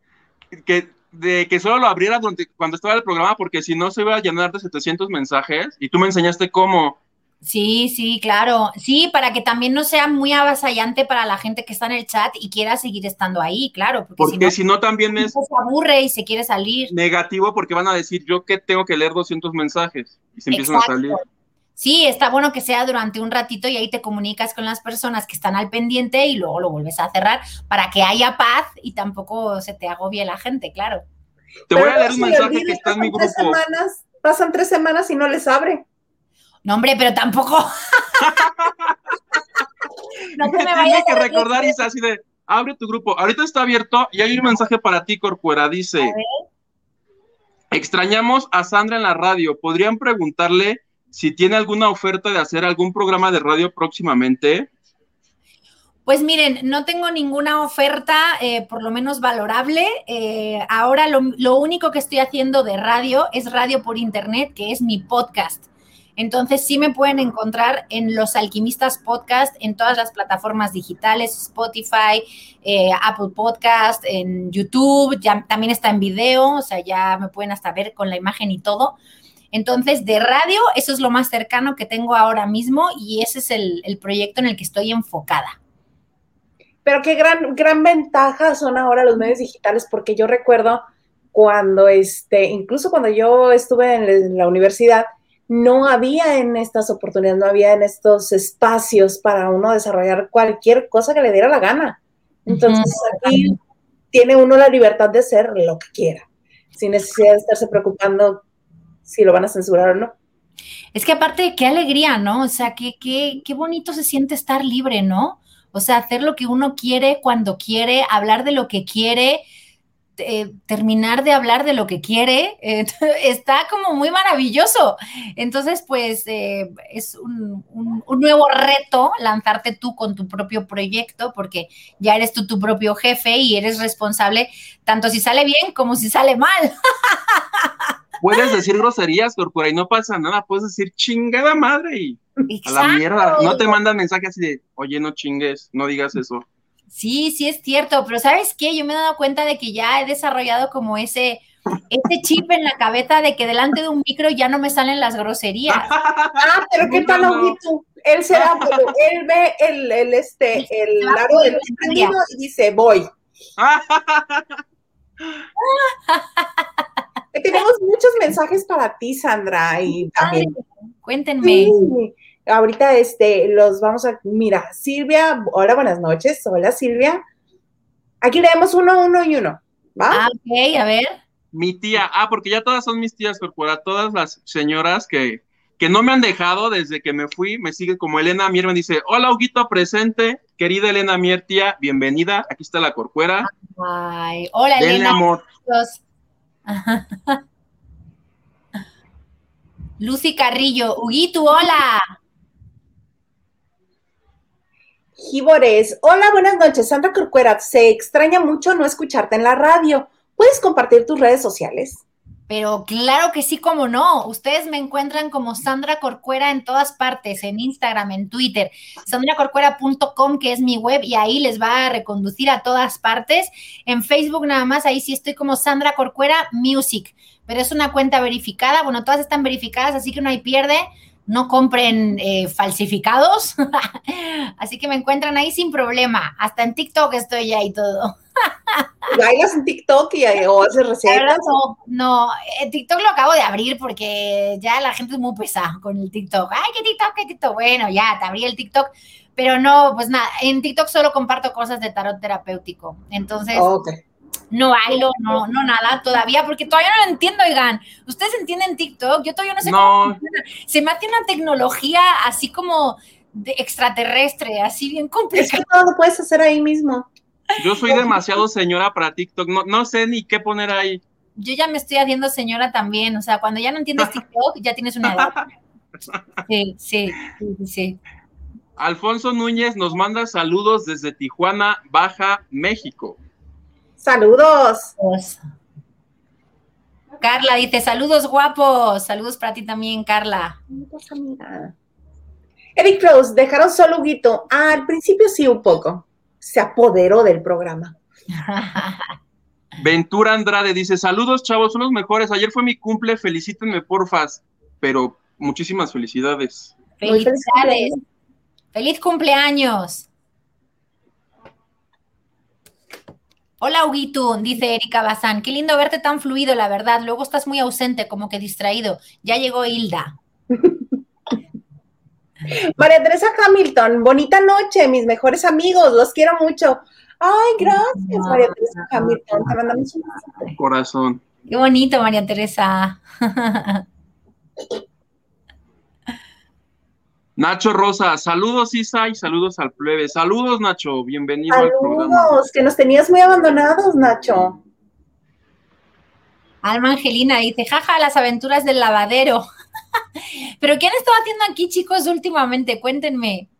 Speaker 1: Que solo lo abriera cuando estaba el programa, porque si no se iba a llenar de 700 mensajes, y tú me enseñaste cómo.
Speaker 3: Sí, sí, claro. Sí, para que también no sea muy avasallante para la gente que está en el chat y quiera seguir estando ahí, claro,
Speaker 1: Porque si no también es
Speaker 3: se aburre y se quiere salir.
Speaker 1: negativo porque van a decir, yo que tengo que leer 200 mensajes y se empiezan a
Speaker 3: Exacto.
Speaker 1: salir.
Speaker 3: Sí, está bueno que sea durante un ratito y ahí te comunicas con las personas que están al pendiente y luego lo vuelves a cerrar para que haya paz y tampoco se te agobie la gente, claro.
Speaker 1: Te voy a leer un mensaje que está en mi grupo.
Speaker 2: Pasan 3 semanas y no les abre.
Speaker 3: No, hombre, pero tampoco.
Speaker 1: No me tiene que recordar y es así de, abre tu grupo. Ahorita está abierto y hay un mensaje para ti, Corcuera. Dice, extrañamos a Sandra en la radio. ¿Podrían preguntarle si tiene alguna oferta de hacer algún programa de radio próximamente?
Speaker 3: Pues miren, no tengo ninguna oferta, por lo menos valorable. Ahora lo único que estoy haciendo de radio es radio por internet, que es mi podcast. Entonces sí me pueden encontrar en Los Alquimistas Podcast, en todas las plataformas digitales, Spotify, Apple Podcast, en YouTube, ya también está en video, o sea, ya me pueden hasta ver con la imagen y todo. Entonces, de radio, eso es lo más cercano que tengo ahora mismo y ese es el proyecto en el que estoy enfocada.
Speaker 2: Pero qué gran ventaja son ahora los medios digitales, porque yo recuerdo cuando, incluso cuando yo estuve en la universidad, no había en estas oportunidades, no había en estos espacios para uno desarrollar cualquier cosa que le diera la gana. Entonces, aquí tiene uno la libertad de hacer lo que quiera, sin necesidad de estarse preocupando si lo van a censurar o no.
Speaker 3: Es que aparte, qué alegría, ¿no? O sea, qué bonito se siente estar libre, ¿no? O sea, hacer lo que uno quiere cuando quiere, hablar de lo que quiere, terminar de hablar de lo que quiere, está como muy maravilloso. Entonces, pues es un nuevo reto lanzarte tú con tu propio proyecto, porque ya eres tú tu propio jefe y eres responsable tanto si sale bien como si sale mal.
Speaker 1: Puedes decir groserías, Corcuera, y no pasa nada, puedes decir chingada madre y
Speaker 3: Exacto.
Speaker 1: A la mierda. No te mandan mensajes así de, oye, no chingues, no digas eso.
Speaker 3: Sí, sí es cierto, pero ¿sabes qué? Yo me he dado cuenta de que ya he desarrollado como ese chip en la cabeza de que delante de un micro ya no me salen las groserías.
Speaker 2: Pero ¿qué tal, Augito? Él será, él ve el aro del prendido y dice, voy. Tenemos muchos mensajes para ti, Sandra, y también.
Speaker 3: Cuéntenme.
Speaker 2: Sí. Ahorita los vamos a, mira, Silvia, hola, buenas noches, hola Silvia. Aquí leemos uno y uno, ¿va?
Speaker 3: Ok, a ver.
Speaker 1: Mi tía, porque ya todas son mis tías, Corcuera, todas las señoras que no me han dejado desde que me fui, me sigue como Elena Mier, me dice, hola, Huguito, presente, querida Elena Mier, tía, bienvenida, aquí está la Corcuera.
Speaker 3: Ay, hola,
Speaker 1: denle
Speaker 3: Elena.
Speaker 1: Amor.
Speaker 3: Lucy Carrillo, Huguito, hola.
Speaker 2: Gibores, hola, buenas noches, Sandra Corcuera, se extraña mucho no escucharte en la radio. ¿Puedes compartir tus redes sociales?
Speaker 3: Pero claro que sí, cómo no. Ustedes me encuentran como Sandra Corcuera en todas partes, en Instagram, en Twitter, sandracorcuera.com, que es mi web, y ahí les va a reconducir a todas partes. En Facebook nada más, ahí sí estoy como Sandra Corcuera Music, pero es una cuenta verificada. Bueno, todas están verificadas, así que no hay pierde. No compren falsificados. Así que me encuentran ahí sin problema. Hasta en TikTok estoy ya y todo.
Speaker 2: ¿Bailas en TikTok o haces recetas?
Speaker 3: No, TikTok lo acabo de abrir porque ya la gente es muy pesada con el TikTok. Ay, ¿qué TikTok? Bueno, ya, te abrí el TikTok. Pero no, pues nada, en TikTok solo comparto cosas de tarot terapéutico. Entonces, no bailo, no nada todavía, porque todavía no lo entiendo, oigan. ¿Ustedes entienden TikTok? Yo todavía no sé cómo funciona. Se me hace una tecnología así como de extraterrestre, así bien complicada.
Speaker 2: Es que todo lo puedes hacer ahí mismo.
Speaker 1: Yo soy demasiado señora para TikTok, no sé ni qué poner ahí.
Speaker 3: Yo ya me estoy haciendo señora también, o sea, cuando ya no entiendes TikTok, ya tienes una edad. Sí.
Speaker 1: Alfonso Núñez nos manda saludos desde Tijuana, Baja, México.
Speaker 2: ¡Saludos!
Speaker 3: Carla dice, saludos guapos, saludos para ti también, Carla.
Speaker 2: Eric Rose, dejaron solo Huguito. Al principio sí, un poco. Se apoderó del programa.
Speaker 1: Ventura Andrade dice, saludos chavos, son los mejores, ayer fue mi cumple, felicítenme porfas, pero muchísimas felicidades.
Speaker 3: Felicidades. ¡Feliz cumpleaños! Hola, Huguito, dice Erika Bazán. Qué lindo verte tan fluido, la verdad. Luego estás muy ausente, como que distraído. Ya llegó Hilda.
Speaker 2: María Teresa Hamilton, bonita noche, mis mejores amigos, los quiero mucho. Ay, gracias, María Teresa Hamilton. Te mandamos un beso.
Speaker 1: Corazón.
Speaker 3: Qué bonito, María Teresa.
Speaker 1: Nacho Rosa, saludos Isa y saludos al plebe. Saludos Nacho, bienvenido al programa.
Speaker 2: Saludos, que nos tenías muy abandonados, Nacho.
Speaker 3: Alma Angelina dice, jaja, las aventuras del lavadero. ¿Pero qué han estado haciendo aquí, chicos, últimamente? Cuéntenme.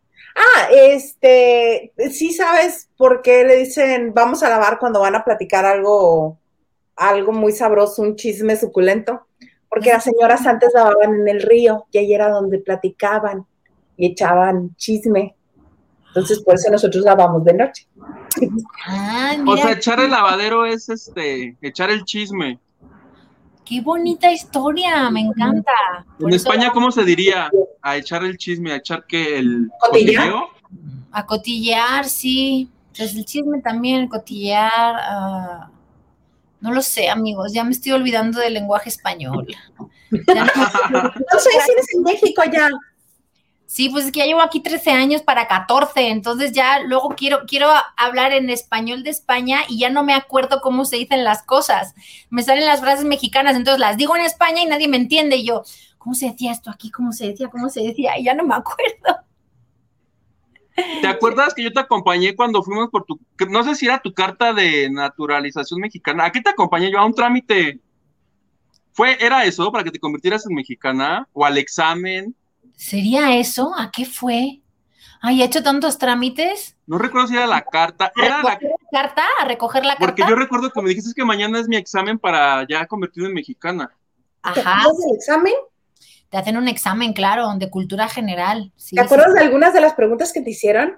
Speaker 2: Sí sabes por qué le dicen vamos a lavar cuando van a platicar algo muy sabroso, un chisme suculento. Porque las señoras antes lavaban en el río y ahí era donde platicaban y echaban chisme. Entonces, por eso nosotros lavamos de noche.
Speaker 1: O sea, echar el lavadero es echar el chisme.
Speaker 3: Qué bonita historia, me encanta.
Speaker 1: En España, ¿cómo se diría? A echar el chisme, a echar que el
Speaker 2: cotilleo.
Speaker 3: A cotillear, sí. Pues el chisme también, el cotillear. No lo sé, amigos, ya me estoy olvidando del lenguaje español.
Speaker 2: Ya no sé si eres en México ya.
Speaker 3: Sí, pues es que ya llevo aquí 13 años para 14, entonces ya luego quiero hablar en español de España y ya no me acuerdo cómo se dicen las cosas. Me salen las frases mexicanas, entonces las digo en España y nadie me entiende. Y yo, ¿cómo se decía esto aquí? ¿Cómo se decía? Y ya no me acuerdo.
Speaker 1: ¿Te acuerdas que yo te acompañé cuando fuimos por no sé si era tu carta de naturalización mexicana? ¿A qué te acompañé yo? ¿A un trámite? ¿Era eso, para que te convirtieras en mexicana? ¿O al examen?
Speaker 3: ¿Sería eso? ¿A qué fue? Ay, he hecho tantos trámites.
Speaker 1: No recuerdo si era la carta.
Speaker 3: ¿A recoger la carta?
Speaker 1: Porque yo recuerdo que me dijiste que mañana es mi examen para ya convertirme en mexicana.
Speaker 3: Ajá.
Speaker 2: ¿Te acuerdas del examen?
Speaker 3: Te hacen un examen, claro, de cultura general. Sí,
Speaker 2: ¿Te acuerdas de algunas de las preguntas que te hicieron?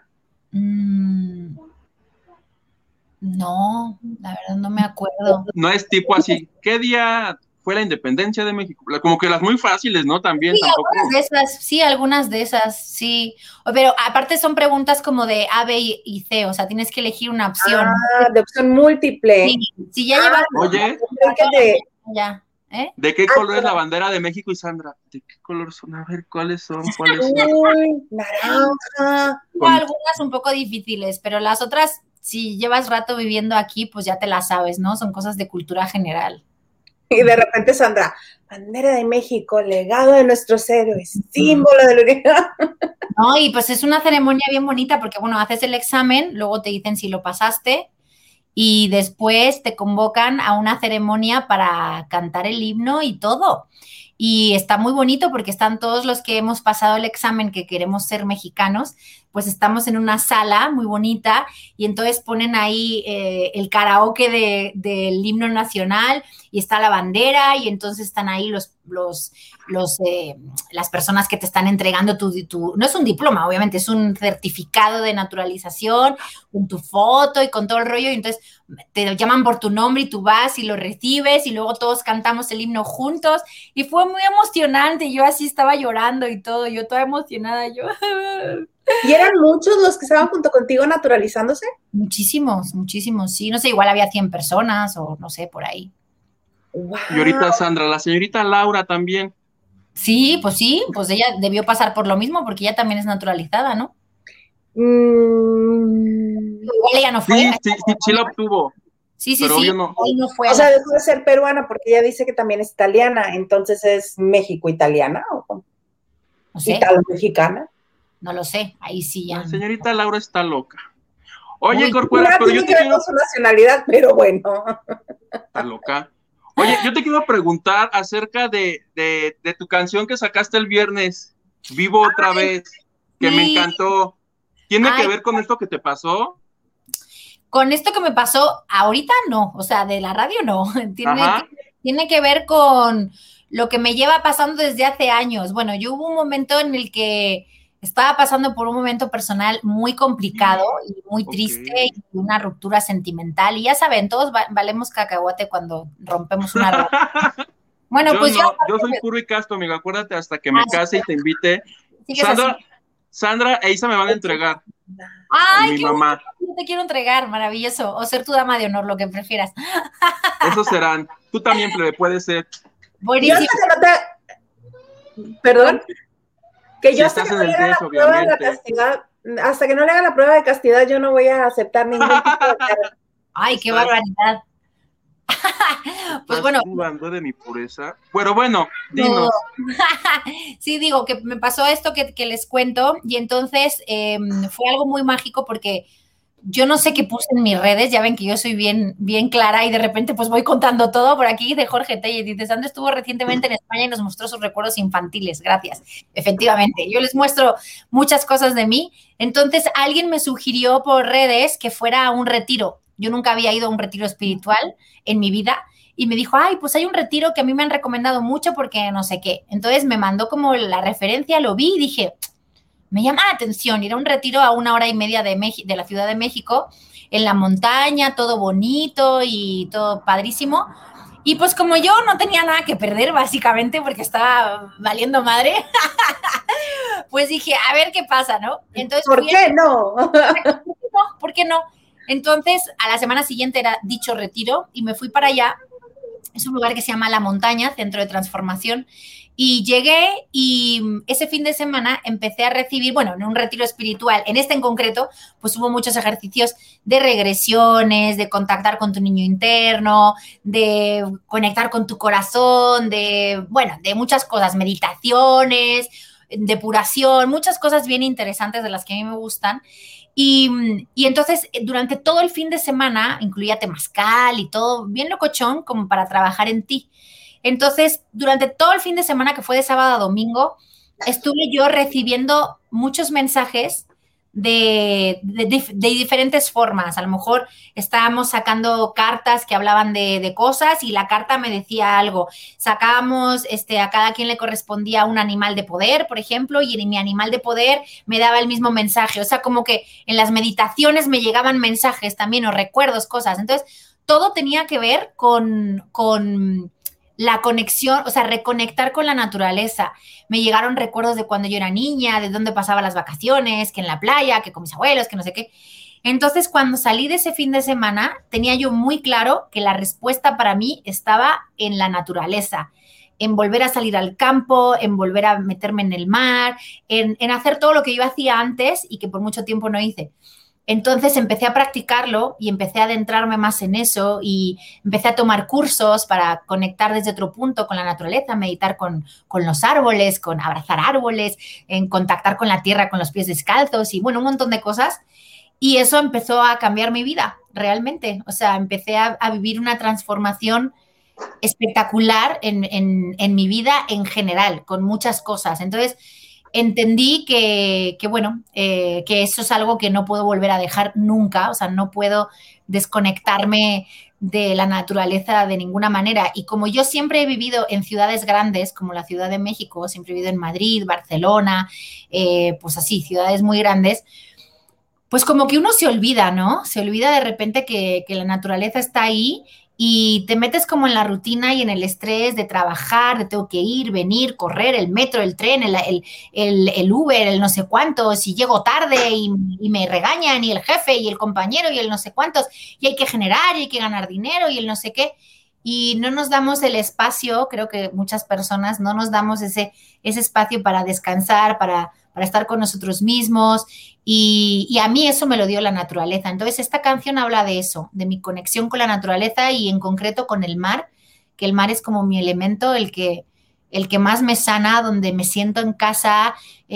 Speaker 3: No, la verdad no me acuerdo.
Speaker 1: No es tipo así, ¿qué día fue la independencia de México? Como que las muy fáciles, ¿no? También
Speaker 3: sí,
Speaker 1: tampoco.
Speaker 3: Algunas de esas, sí. Pero aparte son preguntas como de A, B y C, o sea, tienes que elegir una opción.
Speaker 2: De opción múltiple.
Speaker 3: Sí, si ya llevas...
Speaker 1: Oye,
Speaker 3: ya.
Speaker 1: ¿De qué color es la bandera de México? Y Sandra, ¿de qué color son? A ver, ¿cuáles son?
Speaker 2: Uy, naranja.
Speaker 3: Algunas un poco difíciles, pero las otras, si llevas rato viviendo aquí, pues ya te las sabes, ¿no? Son cosas de cultura general.
Speaker 2: Y de repente Sandra, bandera de México, legado de nuestros héroes, símbolo de la unidad.
Speaker 3: No, y pues es una ceremonia bien bonita porque, bueno, haces el examen, luego te dicen si lo pasaste y después te convocan a una ceremonia para cantar el himno y todo. Y está muy bonito porque están todos los que hemos pasado el examen que queremos ser mexicanos, pues estamos en una sala muy bonita y entonces ponen ahí el karaoke del himno nacional y está la bandera y entonces están ahí las personas que te están entregando no es un diploma, obviamente, es un certificado de naturalización con tu foto y con todo el rollo y entonces te llaman por tu nombre y tú vas y lo recibes y luego todos cantamos el himno juntos y fue muy emocionante, yo así estaba llorando y todo, yo toda emocionada, yo...
Speaker 2: ¿Y eran muchos los que estaban junto contigo naturalizándose?
Speaker 3: Muchísimos, sí, no sé, igual había 100 personas o no sé, por ahí.
Speaker 2: Wow.
Speaker 1: Y ahorita Sandra, la señorita Laura también.
Speaker 3: Sí, pues ella debió pasar por lo mismo porque ella también es naturalizada, ¿no? Igual ella no fue.
Speaker 1: Sí la obtuvo.
Speaker 3: Sí,
Speaker 1: pero
Speaker 3: sí,
Speaker 1: no
Speaker 3: fue.
Speaker 2: O sea, dejó de ser peruana porque ella dice que también es italiana, entonces es México-italiana o
Speaker 3: no sé.
Speaker 2: Italo-mexicana.
Speaker 3: No lo sé, ahí sí ya.
Speaker 1: La señorita Laura está loca. Oye, Corcuera, pero yo te
Speaker 2: quiero... su nacionalidad, pero bueno.
Speaker 1: Está loca. Oye, yo te quiero preguntar acerca de tu canción que sacaste el viernes, Vivo otra vez, que me encantó. ¿Tiene que ver con esto que te pasó?
Speaker 3: Con esto que me pasó, ahorita no, o sea, de la radio no. Tiene que ver con lo que me lleva pasando desde hace años. Bueno, yo hubo un momento en el que estaba pasando por un momento personal muy complicado y muy triste y una ruptura sentimental. Y ya saben, todos valemos cacahuate cuando rompemos una relación. Bueno,
Speaker 1: yo soy puro y casto, amigo. Acuérdate hasta que me case y te invite.
Speaker 3: Sigues así.
Speaker 1: Sandra e Isa me van a entregar.
Speaker 3: ¡Ay,
Speaker 1: mi
Speaker 3: qué
Speaker 1: mamá!
Speaker 3: Bueno, yo te quiero entregar, maravilloso. O ser tu dama de honor, lo que prefieras.
Speaker 1: Esos serán. Tú también, plebe, puede ser.
Speaker 2: Yo
Speaker 3: Buenísimo.
Speaker 2: hasta que no te... Perdón. Que
Speaker 1: Si
Speaker 2: yo hasta
Speaker 1: estás
Speaker 2: que no
Speaker 1: en
Speaker 2: le
Speaker 1: el
Speaker 2: haga la
Speaker 1: test,
Speaker 2: prueba de la
Speaker 1: obviamente.
Speaker 2: castidad, hasta que no le haga la prueba de castidad, yo no voy a aceptar ningún tipo de cargo.
Speaker 3: Ay, qué
Speaker 1: Estás-
Speaker 3: barbaridad. Pues
Speaker 1: ¿Estás
Speaker 3: bueno,
Speaker 1: dudando de mi pureza? Bueno,
Speaker 3: no.
Speaker 1: dinos.
Speaker 3: Sí, digo que me pasó esto que les cuento y entonces fue algo muy mágico porque yo no sé qué puse en mis redes, ya ven que yo soy bien, bien clara y de repente pues voy contando todo por aquí de Jorge Tellez. Dice, Sandra estuvo recientemente en España y nos mostró sus recuerdos infantiles. Gracias. Efectivamente, yo les muestro muchas cosas de mí. Entonces alguien me sugirió por redes que fuera a un retiro. Yo nunca había ido a un retiro espiritual en mi vida y me dijo, ay, pues hay un retiro que a mí me han recomendado mucho porque no sé qué. Entonces me mandó como la referencia, lo vi y dije, me llama la atención. Era un retiro a 1 hora y media de la Ciudad de México, en la montaña, todo bonito y todo padrísimo. Y pues como yo no tenía nada que perder, básicamente, porque estaba valiendo madre, pues dije, a ver qué pasa, ¿no? Entonces,
Speaker 2: ¿Por qué no?
Speaker 3: ¿Por qué no? Entonces, a la semana siguiente era dicho retiro y me fui para allá. Es un lugar que se llama La Montaña, Centro de Transformación. Y llegué y ese fin de semana empecé a recibir, bueno, en un retiro espiritual, en este en concreto, pues hubo muchos ejercicios de regresiones, de contactar con tu niño interno, de conectar con tu corazón, de, bueno, de muchas cosas, meditaciones, depuración, muchas cosas bien interesantes de las que a mí me gustan. Y entonces, durante todo el fin de semana, incluía temazcal y todo bien locochón como para trabajar en ti. Entonces, durante todo el fin de semana, que fue de sábado a domingo, estuve yo recibiendo muchos mensajes de diferentes formas. A lo mejor estábamos sacando cartas que hablaban de cosas y la carta me decía algo. Sacábamos, a cada quien le correspondía un animal de poder, por ejemplo, y mi animal de poder me daba el mismo mensaje. O sea, como que en las meditaciones me llegaban mensajes también o recuerdos, cosas. Entonces, todo tenía que ver con la conexión, o sea, reconectar con la naturaleza. Me llegaron recuerdos de cuando yo era niña, de dónde pasaba las vacaciones, que en la playa, que con mis abuelos, que no sé qué. Entonces, cuando salí de ese fin de semana, tenía yo muy claro que la respuesta para mí estaba en la naturaleza, en volver a salir al campo, en volver a meterme en el mar, en hacer todo lo que yo hacía antes y que por mucho tiempo no hice. Entonces empecé a practicarlo y empecé a adentrarme más en eso y empecé a tomar cursos para conectar desde otro punto con la naturaleza, meditar con los árboles, con abrazar árboles, en contactar con la tierra con los pies descalzos y bueno, un montón de cosas. Y eso empezó a cambiar mi vida, realmente. O sea, empecé a vivir una transformación espectacular en mi vida en general, con muchas cosas. Entonces, entendí bueno, que eso es algo que no puedo volver a dejar nunca, o sea, no puedo desconectarme de la naturaleza de ninguna manera. Y como yo siempre he vivido en ciudades grandes, como la Ciudad de México, siempre he vivido en Madrid, Barcelona, pues así, ciudades muy grandes, pues como que uno se olvida, ¿no? Se olvida de repente que la naturaleza está ahí y te metes como en la rutina y en el estrés de trabajar, de tengo que ir, venir, correr, el metro, el tren, el Uber, el no sé cuánto, si llego tarde y me regañan y el jefe y el compañero y el no sé cuántos, y hay que generar y hay que ganar dinero y el no sé qué. Y no nos damos el espacio, creo que muchas personas no nos damos ese espacio para descansar, para estar con nosotros mismos y a mí eso me lo dio la naturaleza. Entonces esta canción habla de eso, de mi conexión con la naturaleza y en concreto con el mar, que el mar es como mi elemento, el que más me sana, donde me siento en casa.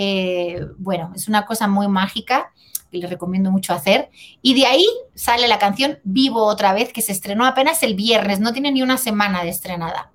Speaker 3: Bueno, es una cosa muy mágica que les recomiendo mucho hacer. Y de ahí sale la canción Vivo otra vez, que se estrenó apenas el viernes, no tiene ni una semana de estrenada.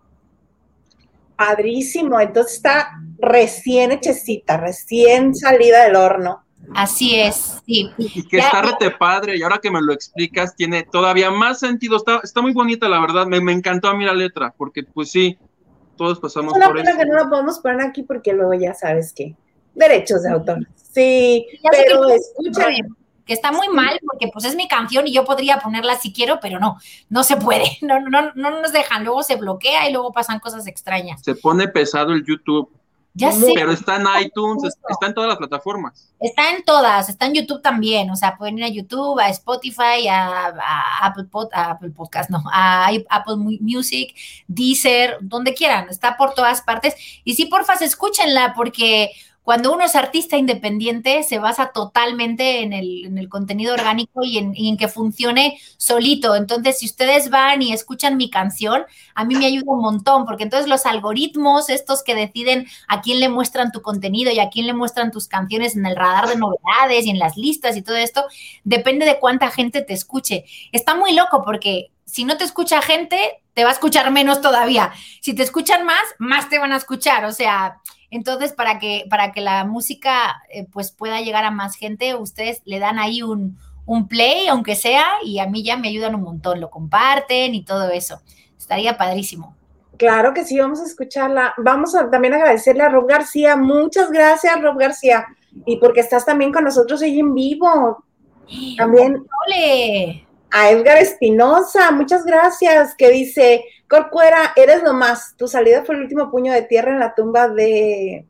Speaker 2: Padrísimo, entonces está recién hechecita, recién salida del horno.
Speaker 3: Así es, sí.
Speaker 1: Y que está rete padre, y ahora que me lo explicas, tiene todavía más sentido. Está muy bonita, la verdad. Me encantó a mí la letra, porque pues sí, todos pasamos por eso.
Speaker 2: Es una pena que no la podemos poner aquí porque luego ya sabes que derechos de autor. Sí,
Speaker 3: ya
Speaker 2: pero escucha.
Speaker 3: Que está muy mal porque pues es mi canción y yo podría ponerla si quiero, pero no se puede. No nos dejan, luego se bloquea y luego pasan cosas extrañas.
Speaker 1: Se pone pesado el YouTube.
Speaker 3: Ya sé.
Speaker 1: Pero está en iTunes, está en todas las plataformas.
Speaker 3: Está en todas, está en YouTube también, o sea, pueden ir a YouTube, a Spotify, a Apple Podcast, no, a Apple Music, Deezer, donde quieran, está por todas partes. Y sí, porfa, escúchenla, porque cuando uno es artista independiente, se basa totalmente en el contenido orgánico y en que funcione solito. Entonces, si ustedes van y escuchan mi canción, a mí me ayuda un montón, porque entonces los algoritmos, estos que deciden a quién le muestran tu contenido y a quién le muestran tus canciones en el radar de novedades y en las listas y todo esto, depende de cuánta gente te escuche. Está muy loco porque si no te escucha gente, te va a escuchar menos todavía. Si te escuchan más te van a escuchar. O sea, entonces para que la música pues pueda llegar a más gente, ustedes le dan ahí un play, aunque sea, y a mí ya me ayudan un montón, lo comparten y todo eso. Estaría padrísimo.
Speaker 2: Claro que sí, vamos a escucharla. Vamos a también agradecerle a Rob García. Muchas gracias, Rob García. Y porque estás también con nosotros ahí en vivo. También
Speaker 3: ¡Ole!
Speaker 2: a Edgar Espinosa, muchas gracias, que dice, Corcuera, eres lo más. Tu salida fue el último puño de tierra en la tumba de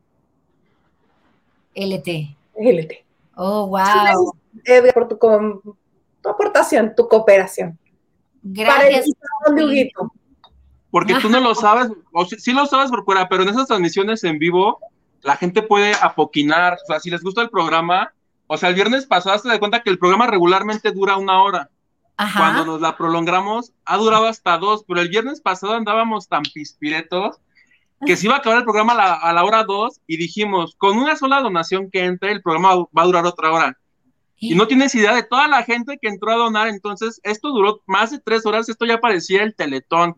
Speaker 3: LT.
Speaker 2: Oh,
Speaker 3: wow.
Speaker 2: Gracias, Edgar, por tu aportación, tu cooperación.
Speaker 3: Gracias.
Speaker 2: Para el de Huguito.
Speaker 1: Porque tú no lo sabes, o sí lo sabes por fuera, pero en esas transmisiones en vivo, la gente puede apoquinar. O sea, si les gusta el programa, o sea, el viernes pasado te das cuenta que el programa regularmente dura 1 hora. Ajá. Cuando nos la prolongamos, ha durado hasta 2, pero el viernes pasado andábamos tan pispiretos que se iba a acabar el programa a la hora 2 y dijimos, con una sola donación que entre, el programa va a durar otra hora. Y no tienes idea de toda la gente que entró a donar, entonces esto duró más de 3 horas, esto ya parecía el Teletón.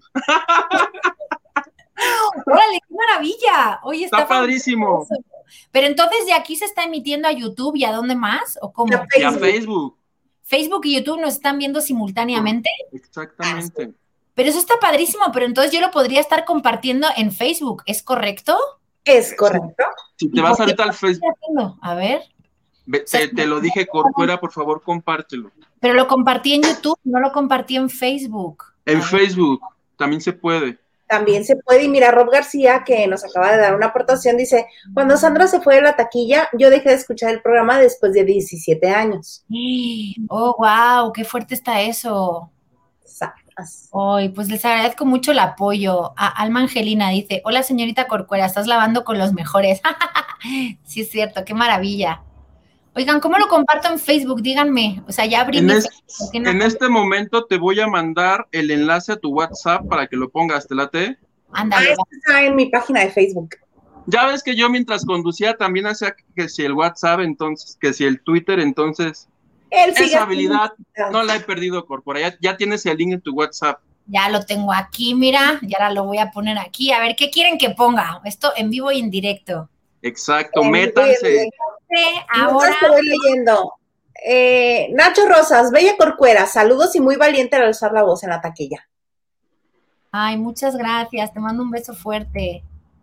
Speaker 3: ¡Órale, qué maravilla! Oye,
Speaker 1: está padrísimo.
Speaker 3: Pero entonces de aquí se está emitiendo a YouTube y a dónde más, ¿o cómo?
Speaker 1: Y a Facebook.
Speaker 3: Facebook y YouTube nos están viendo simultáneamente.
Speaker 1: Exactamente.
Speaker 3: Pero eso está padrísimo, pero entonces yo lo podría estar compartiendo en Facebook, ¿es correcto?
Speaker 2: Es correcto.
Speaker 1: Si te vas ahorita al Facebook.
Speaker 3: A ver.
Speaker 1: Te lo dije, Corcuera, por favor, compártelo.
Speaker 3: Pero lo compartí en YouTube, no lo compartí en Facebook.
Speaker 1: En Facebook, también se puede.
Speaker 2: También se puede, y mira, Rob García, que nos acaba de dar una aportación, dice, cuando Sandra se fue de la taquilla, yo dejé de escuchar el programa después de 17 años.
Speaker 3: Oh, wow, qué fuerte está eso. Ay, pues les agradezco mucho el apoyo. Alma Angelina dice, hola señorita Corcuera, estás lavando con los mejores. Sí, es cierto, qué maravilla. Oigan, ¿cómo lo comparto en Facebook? Díganme. O sea, ya abrí mi Facebook.
Speaker 1: En este momento te voy a mandar el enlace a tu WhatsApp para que lo pongas, ¿te late?
Speaker 3: Ándale.
Speaker 2: Está en mi página de Facebook.
Speaker 1: Ya ves que yo mientras conducía también hacía que si el WhatsApp, entonces, que si el Twitter, entonces... Esa habilidad no la he perdido, Corcuera. Ya tienes el link en tu WhatsApp.
Speaker 3: Ya lo tengo aquí, mira. Y ahora lo voy a poner aquí. A ver, ¿qué quieren que ponga? Esto en vivo y en directo.
Speaker 1: Exacto, métanse.
Speaker 2: Ahora estoy leyendo. Nacho Rosas, Bella Corcuera, saludos y muy valiente al alzar la voz en la taquilla.
Speaker 3: Ay, muchas gracias. Te mando un beso fuerte.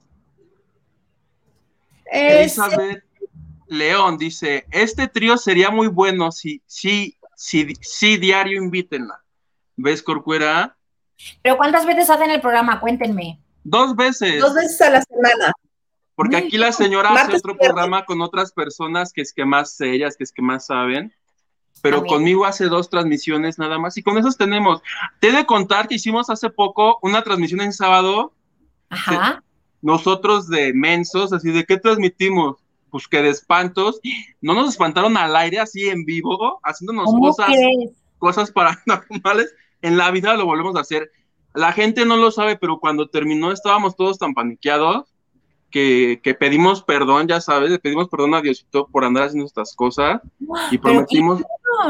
Speaker 1: Elizabeth León dice, este trío sería muy bueno si diario invítenla. ¿Ves, Corcuera?
Speaker 3: ¿Pero cuántas veces hacen el programa? Cuéntenme.
Speaker 1: 2 veces.
Speaker 2: 2 veces a la semana.
Speaker 1: Porque aquí la señora hace otro programa con otras personas que es que más serias, que es que más saben. Pero también conmigo hace 2 transmisiones nada más. Y con esos tenemos. Te he de contar que hicimos hace poco una transmisión en sábado.
Speaker 3: Ajá.
Speaker 1: Nosotros de mensos, así de ¿qué transmitimos? Pues que de espantos. No nos espantaron al aire así en vivo, haciéndonos cosas paranormales. En la vida lo volvemos a hacer. La gente no lo sabe, pero cuando terminó estábamos todos tan paniqueados que pedimos perdón, ya sabes, pedimos perdón a Diosito por andar haciendo estas cosas y prometimos.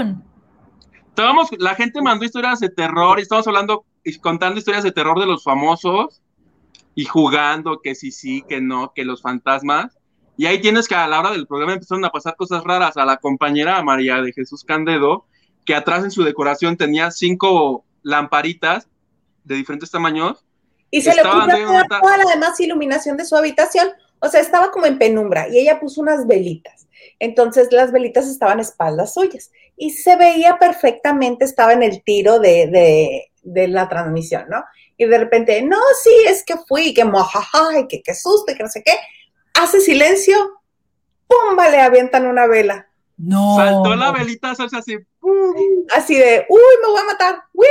Speaker 1: La gente mandó historias de terror y estamos hablando y contando historias de terror de los famosos y jugando que sí, que no, que los fantasmas. Y ahí tienes que a la hora del programa empezaron a pasar cosas raras. A la compañera María de Jesús Candedo, que atrás en su decoración tenía 5 lamparitas de diferentes tamaños.
Speaker 2: Y se le ocurrió toda la demás iluminación de su habitación. O sea, estaba como en penumbra y ella puso unas velitas. Entonces las velitas estaban a espaldas suyas y se veía perfectamente, estaba en el tiro de la transmisión, ¿no? Y de repente, no, sí, es que fui, que mojaja, y que susto, y que no sé qué. hace silencio, ¡pum! Le avientan una vela.
Speaker 3: No.
Speaker 1: Saltó la velita, salsa así. ¡Pum!
Speaker 2: Así de, ¡uy, me voy a matar! ¡Uy!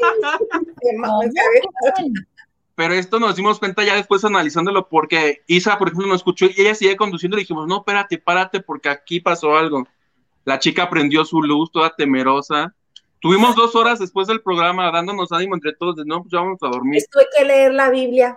Speaker 1: Pero esto nos dimos cuenta ya después analizándolo, porque Isa, por ejemplo, nos escuchó y ella sigue conduciendo y dijimos, no, espérate, párate, porque aquí pasó algo. La chica prendió su luz, toda temerosa. Tuvimos 2 horas después del programa dándonos ánimo entre todos, de no, pues ya vamos a dormir.
Speaker 2: Tuve que leer la Biblia.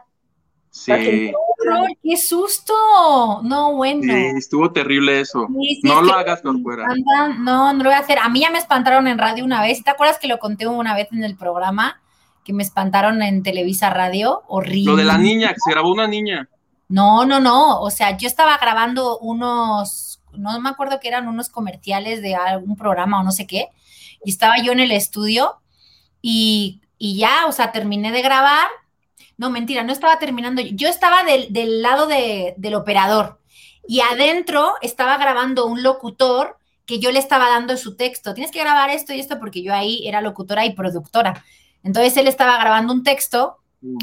Speaker 1: Sí.
Speaker 3: ¡No, qué susto! No, bueno.
Speaker 1: Sí, estuvo terrible eso.
Speaker 3: Sí,
Speaker 1: no lo hagas por fuera.
Speaker 3: No lo voy a hacer. A mí ya me espantaron en radio una vez. ¿Te acuerdas que lo conté una vez en el programa? Que me espantaron en Televisa Radio. Horrible.
Speaker 1: Lo de la niña, que se grabó una niña.
Speaker 3: No. O sea, yo estaba grabando no me acuerdo que eran unos comerciales de algún programa o no sé qué. Y estaba yo en el estudio y ya, o sea, terminé de grabar. No, mentira, no estaba terminando. Yo estaba del lado del operador y adentro estaba grabando un locutor que yo le estaba dando su texto. Tienes que grabar esto y esto porque yo ahí era locutora y productora. Entonces él estaba grabando un texto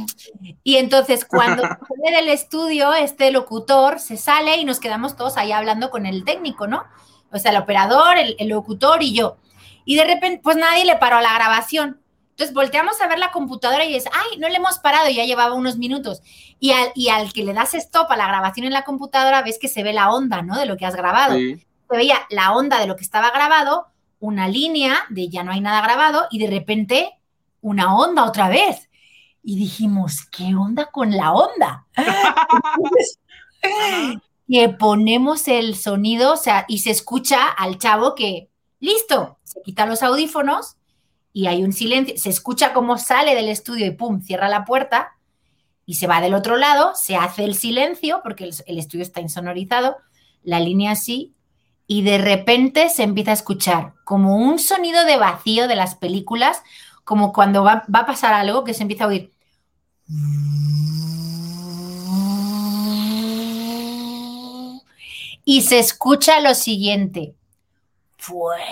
Speaker 3: y entonces cuando sale del estudio, este locutor se sale y nos quedamos todos ahí hablando con el técnico, ¿no? O sea, el operador, el locutor y yo. Y de repente, pues nadie le paró a la grabación. Entonces volteamos a ver la computadora y es, ay, no le hemos parado, ya llevaba unos minutos. Y al que le das stop a la grabación en la computadora, ves que se ve la onda, ¿no? De lo que has grabado.
Speaker 1: Sí.
Speaker 3: Se veía la onda de lo que estaba grabado, una línea de ya no hay nada grabado y de repente una onda otra vez. Y dijimos, ¿qué onda con la onda? Entonces, que ponemos el sonido, o sea, y se escucha al chavo que, listo, se quita los audífonos y hay un silencio, se escucha cómo sale del estudio y pum, cierra la puerta y se va del otro lado, se hace el silencio porque el estudio está insonorizado, la línea así, y de repente se empieza a escuchar como un sonido de vacío de las películas, como cuando va a pasar algo que se empieza a oír. Y se escucha lo siguiente. ¡Fuera!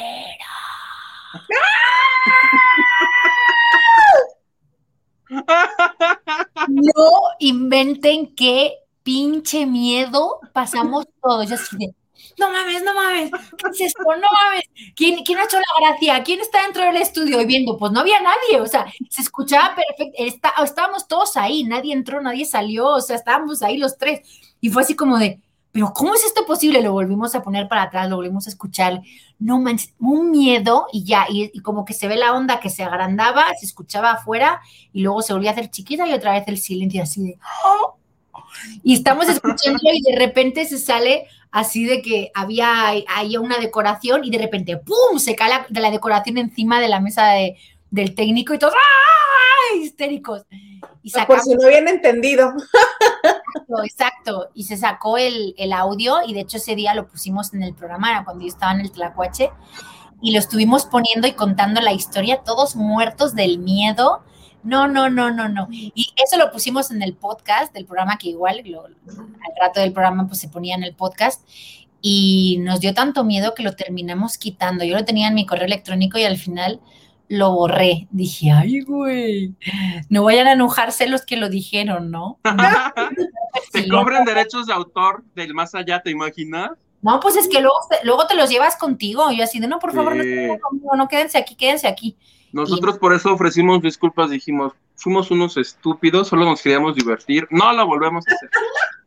Speaker 3: No inventen qué pinche miedo pasamos todos. Yo así de, no mames, ¿qué es esto? No mames, ¿quién ha hecho la gracia? ¿Quién está dentro del estudio? Y viendo, pues no había nadie, o sea, se escuchaba perfecto, estábamos todos ahí, nadie entró, nadie salió, o sea, estábamos ahí los tres. Y fue así como de, pero ¿cómo es esto posible? Lo volvimos a poner para atrás, lo volvimos a escuchar. No manches, un miedo y ya, y como que se ve la onda que se agrandaba, se escuchaba afuera y luego se volvía a hacer chiquita y otra vez el silencio así de... ¡Oh! Y estamos escuchándolo y de repente se sale así de que había una decoración y de repente ¡pum! Se cae la decoración encima de la mesa del técnico y todos ¡ah! Histéricos. Y
Speaker 2: sacamos, por si no habían entendido.
Speaker 3: Exacto, y se sacó el audio y de hecho ese día lo pusimos en el programa cuando yo estaba en el Tlacuache y lo estuvimos poniendo y contando la historia, todos muertos del miedo. No. Y eso lo pusimos en el podcast del programa, que igual al rato del programa pues se ponía en el podcast y nos dio tanto miedo que lo terminamos quitando. Yo lo tenía en mi correo electrónico y al final lo borré. Dije, ay, güey, no vayan a enojarse los que lo dijeron, ¿no?
Speaker 1: Te cobran derechos de autor del más allá, ¿te imaginas?
Speaker 3: No, pues es que luego te los llevas contigo. Yo así de, no, por favor, no estén conmigo, no, quédense aquí.
Speaker 1: Nosotros por eso ofrecimos disculpas, dijimos, fuimos unos estúpidos, solo nos queríamos divertir, no lo volvemos a hacer.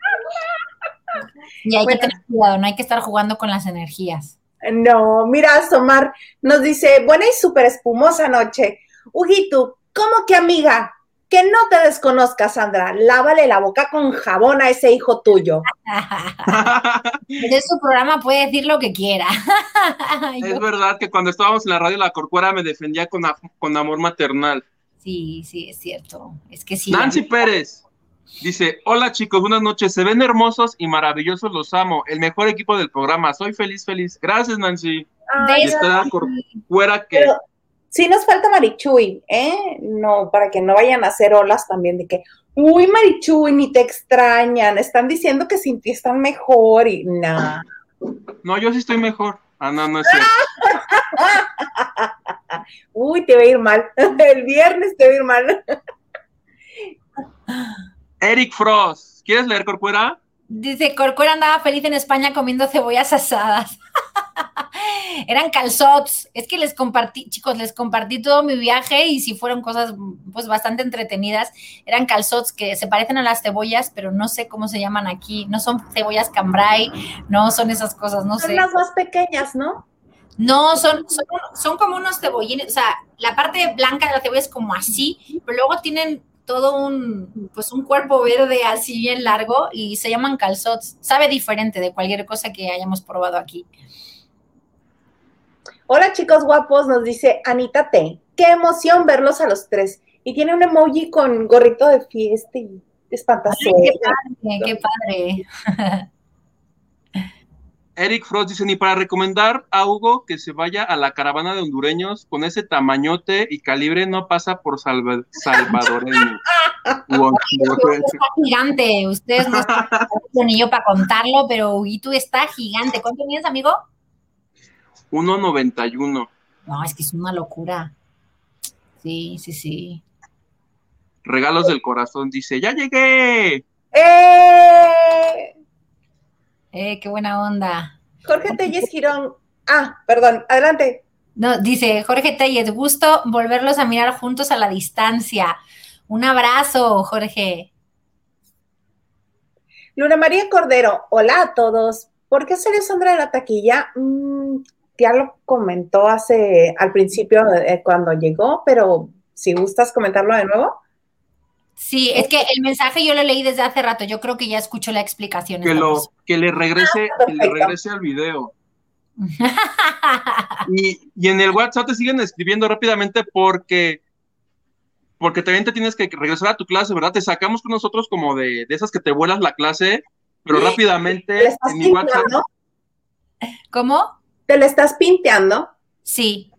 Speaker 3: Y hay que tener cuidado, no hay que estar jugando con las energías.
Speaker 2: No, mira, Somar nos dice, buena y súper espumosa noche. Huguito, ¿cómo que amiga? Que no te desconozcas, Sandra. Lávale la boca con jabón a ese hijo tuyo.
Speaker 3: Desde su programa puede decir lo que quiera.
Speaker 1: Es verdad que cuando estábamos en la radio, la Corcuera me defendía con amor maternal.
Speaker 3: Sí, es cierto. Es que sí.
Speaker 1: Nancy Pérez dice, hola chicos, buenas noches. Se ven hermosos y maravillosos, los amo. El mejor equipo del programa. Soy feliz. Gracias, Nancy.
Speaker 2: Ay,
Speaker 1: y está la Corcuera que...
Speaker 2: Pero sí nos falta Marichuy, ¿eh? No, para que no vayan a hacer olas también de que, uy, Marichuy, ni te extrañan. Están diciendo que sin ti están mejor y nada.
Speaker 1: No, yo sí estoy mejor. No es cierto.
Speaker 2: Uy, te va a ir mal. El viernes te va a ir mal.
Speaker 1: Eric Frost. ¿Quieres leer, Corcuera?
Speaker 3: Dice, Corcuera andaba feliz en España comiendo cebollas asadas. Eran calzots. Es que les compartí, chicos, les compartí todo mi viaje y sí fueron cosas pues bastante entretenidas. Eran calzots que se parecen a las cebollas, pero no sé cómo se llaman aquí. No son cebollas cambray, no son esas cosas, no sé.
Speaker 2: Son las más pequeñas, ¿no?
Speaker 3: No, son como unos cebollines. O sea, la parte blanca de la cebolla es como así, pero luego tienen todo un cuerpo verde así bien largo y se llaman calzots. Sabe diferente de cualquier cosa que hayamos probado aquí.
Speaker 2: Hola chicos guapos, nos dice Anita T. Qué emoción verlos a los 3. Y tiene un emoji con gorrito de fiesta y espantazuelas.
Speaker 3: Qué padre.
Speaker 1: Eric Frost dice, ni para recomendar a Hugo que se vaya a la caravana de hondureños con ese tamañote y calibre no pasa por salvadoreño.
Speaker 3: Está gigante, ustedes no están ni yo para contarlo, pero Huguito está gigante. ¿Cuánto mides, amigo?
Speaker 1: 1.91.
Speaker 3: No, es que es una locura. Sí.
Speaker 1: Regalos del corazón, dice, ¡ya llegué!
Speaker 3: Qué buena onda.
Speaker 2: Jorge Telles Girón. Perdón, adelante.
Speaker 3: No, dice Jorge Telles, gusto volverlos a mirar juntos a la distancia. Un abrazo, Jorge.
Speaker 2: Luna María Cordero, hola a todos. ¿Por qué salió Sandra de la taquilla? Ya lo comentó al principio cuando llegó, pero si gustas comentarlo de nuevo.
Speaker 3: Sí, es que el mensaje yo lo leí desde hace rato. Yo creo que ya escucho la explicación.
Speaker 1: Que le regrese al video. y en el WhatsApp te siguen escribiendo rápidamente porque también te tienes que regresar a tu clase, ¿verdad? Te sacamos con nosotros como de esas que te vuelas la clase, pero rápidamente en mi WhatsApp.
Speaker 3: ¿Cómo?
Speaker 2: ¿Te le estás pinteando?
Speaker 3: Sí.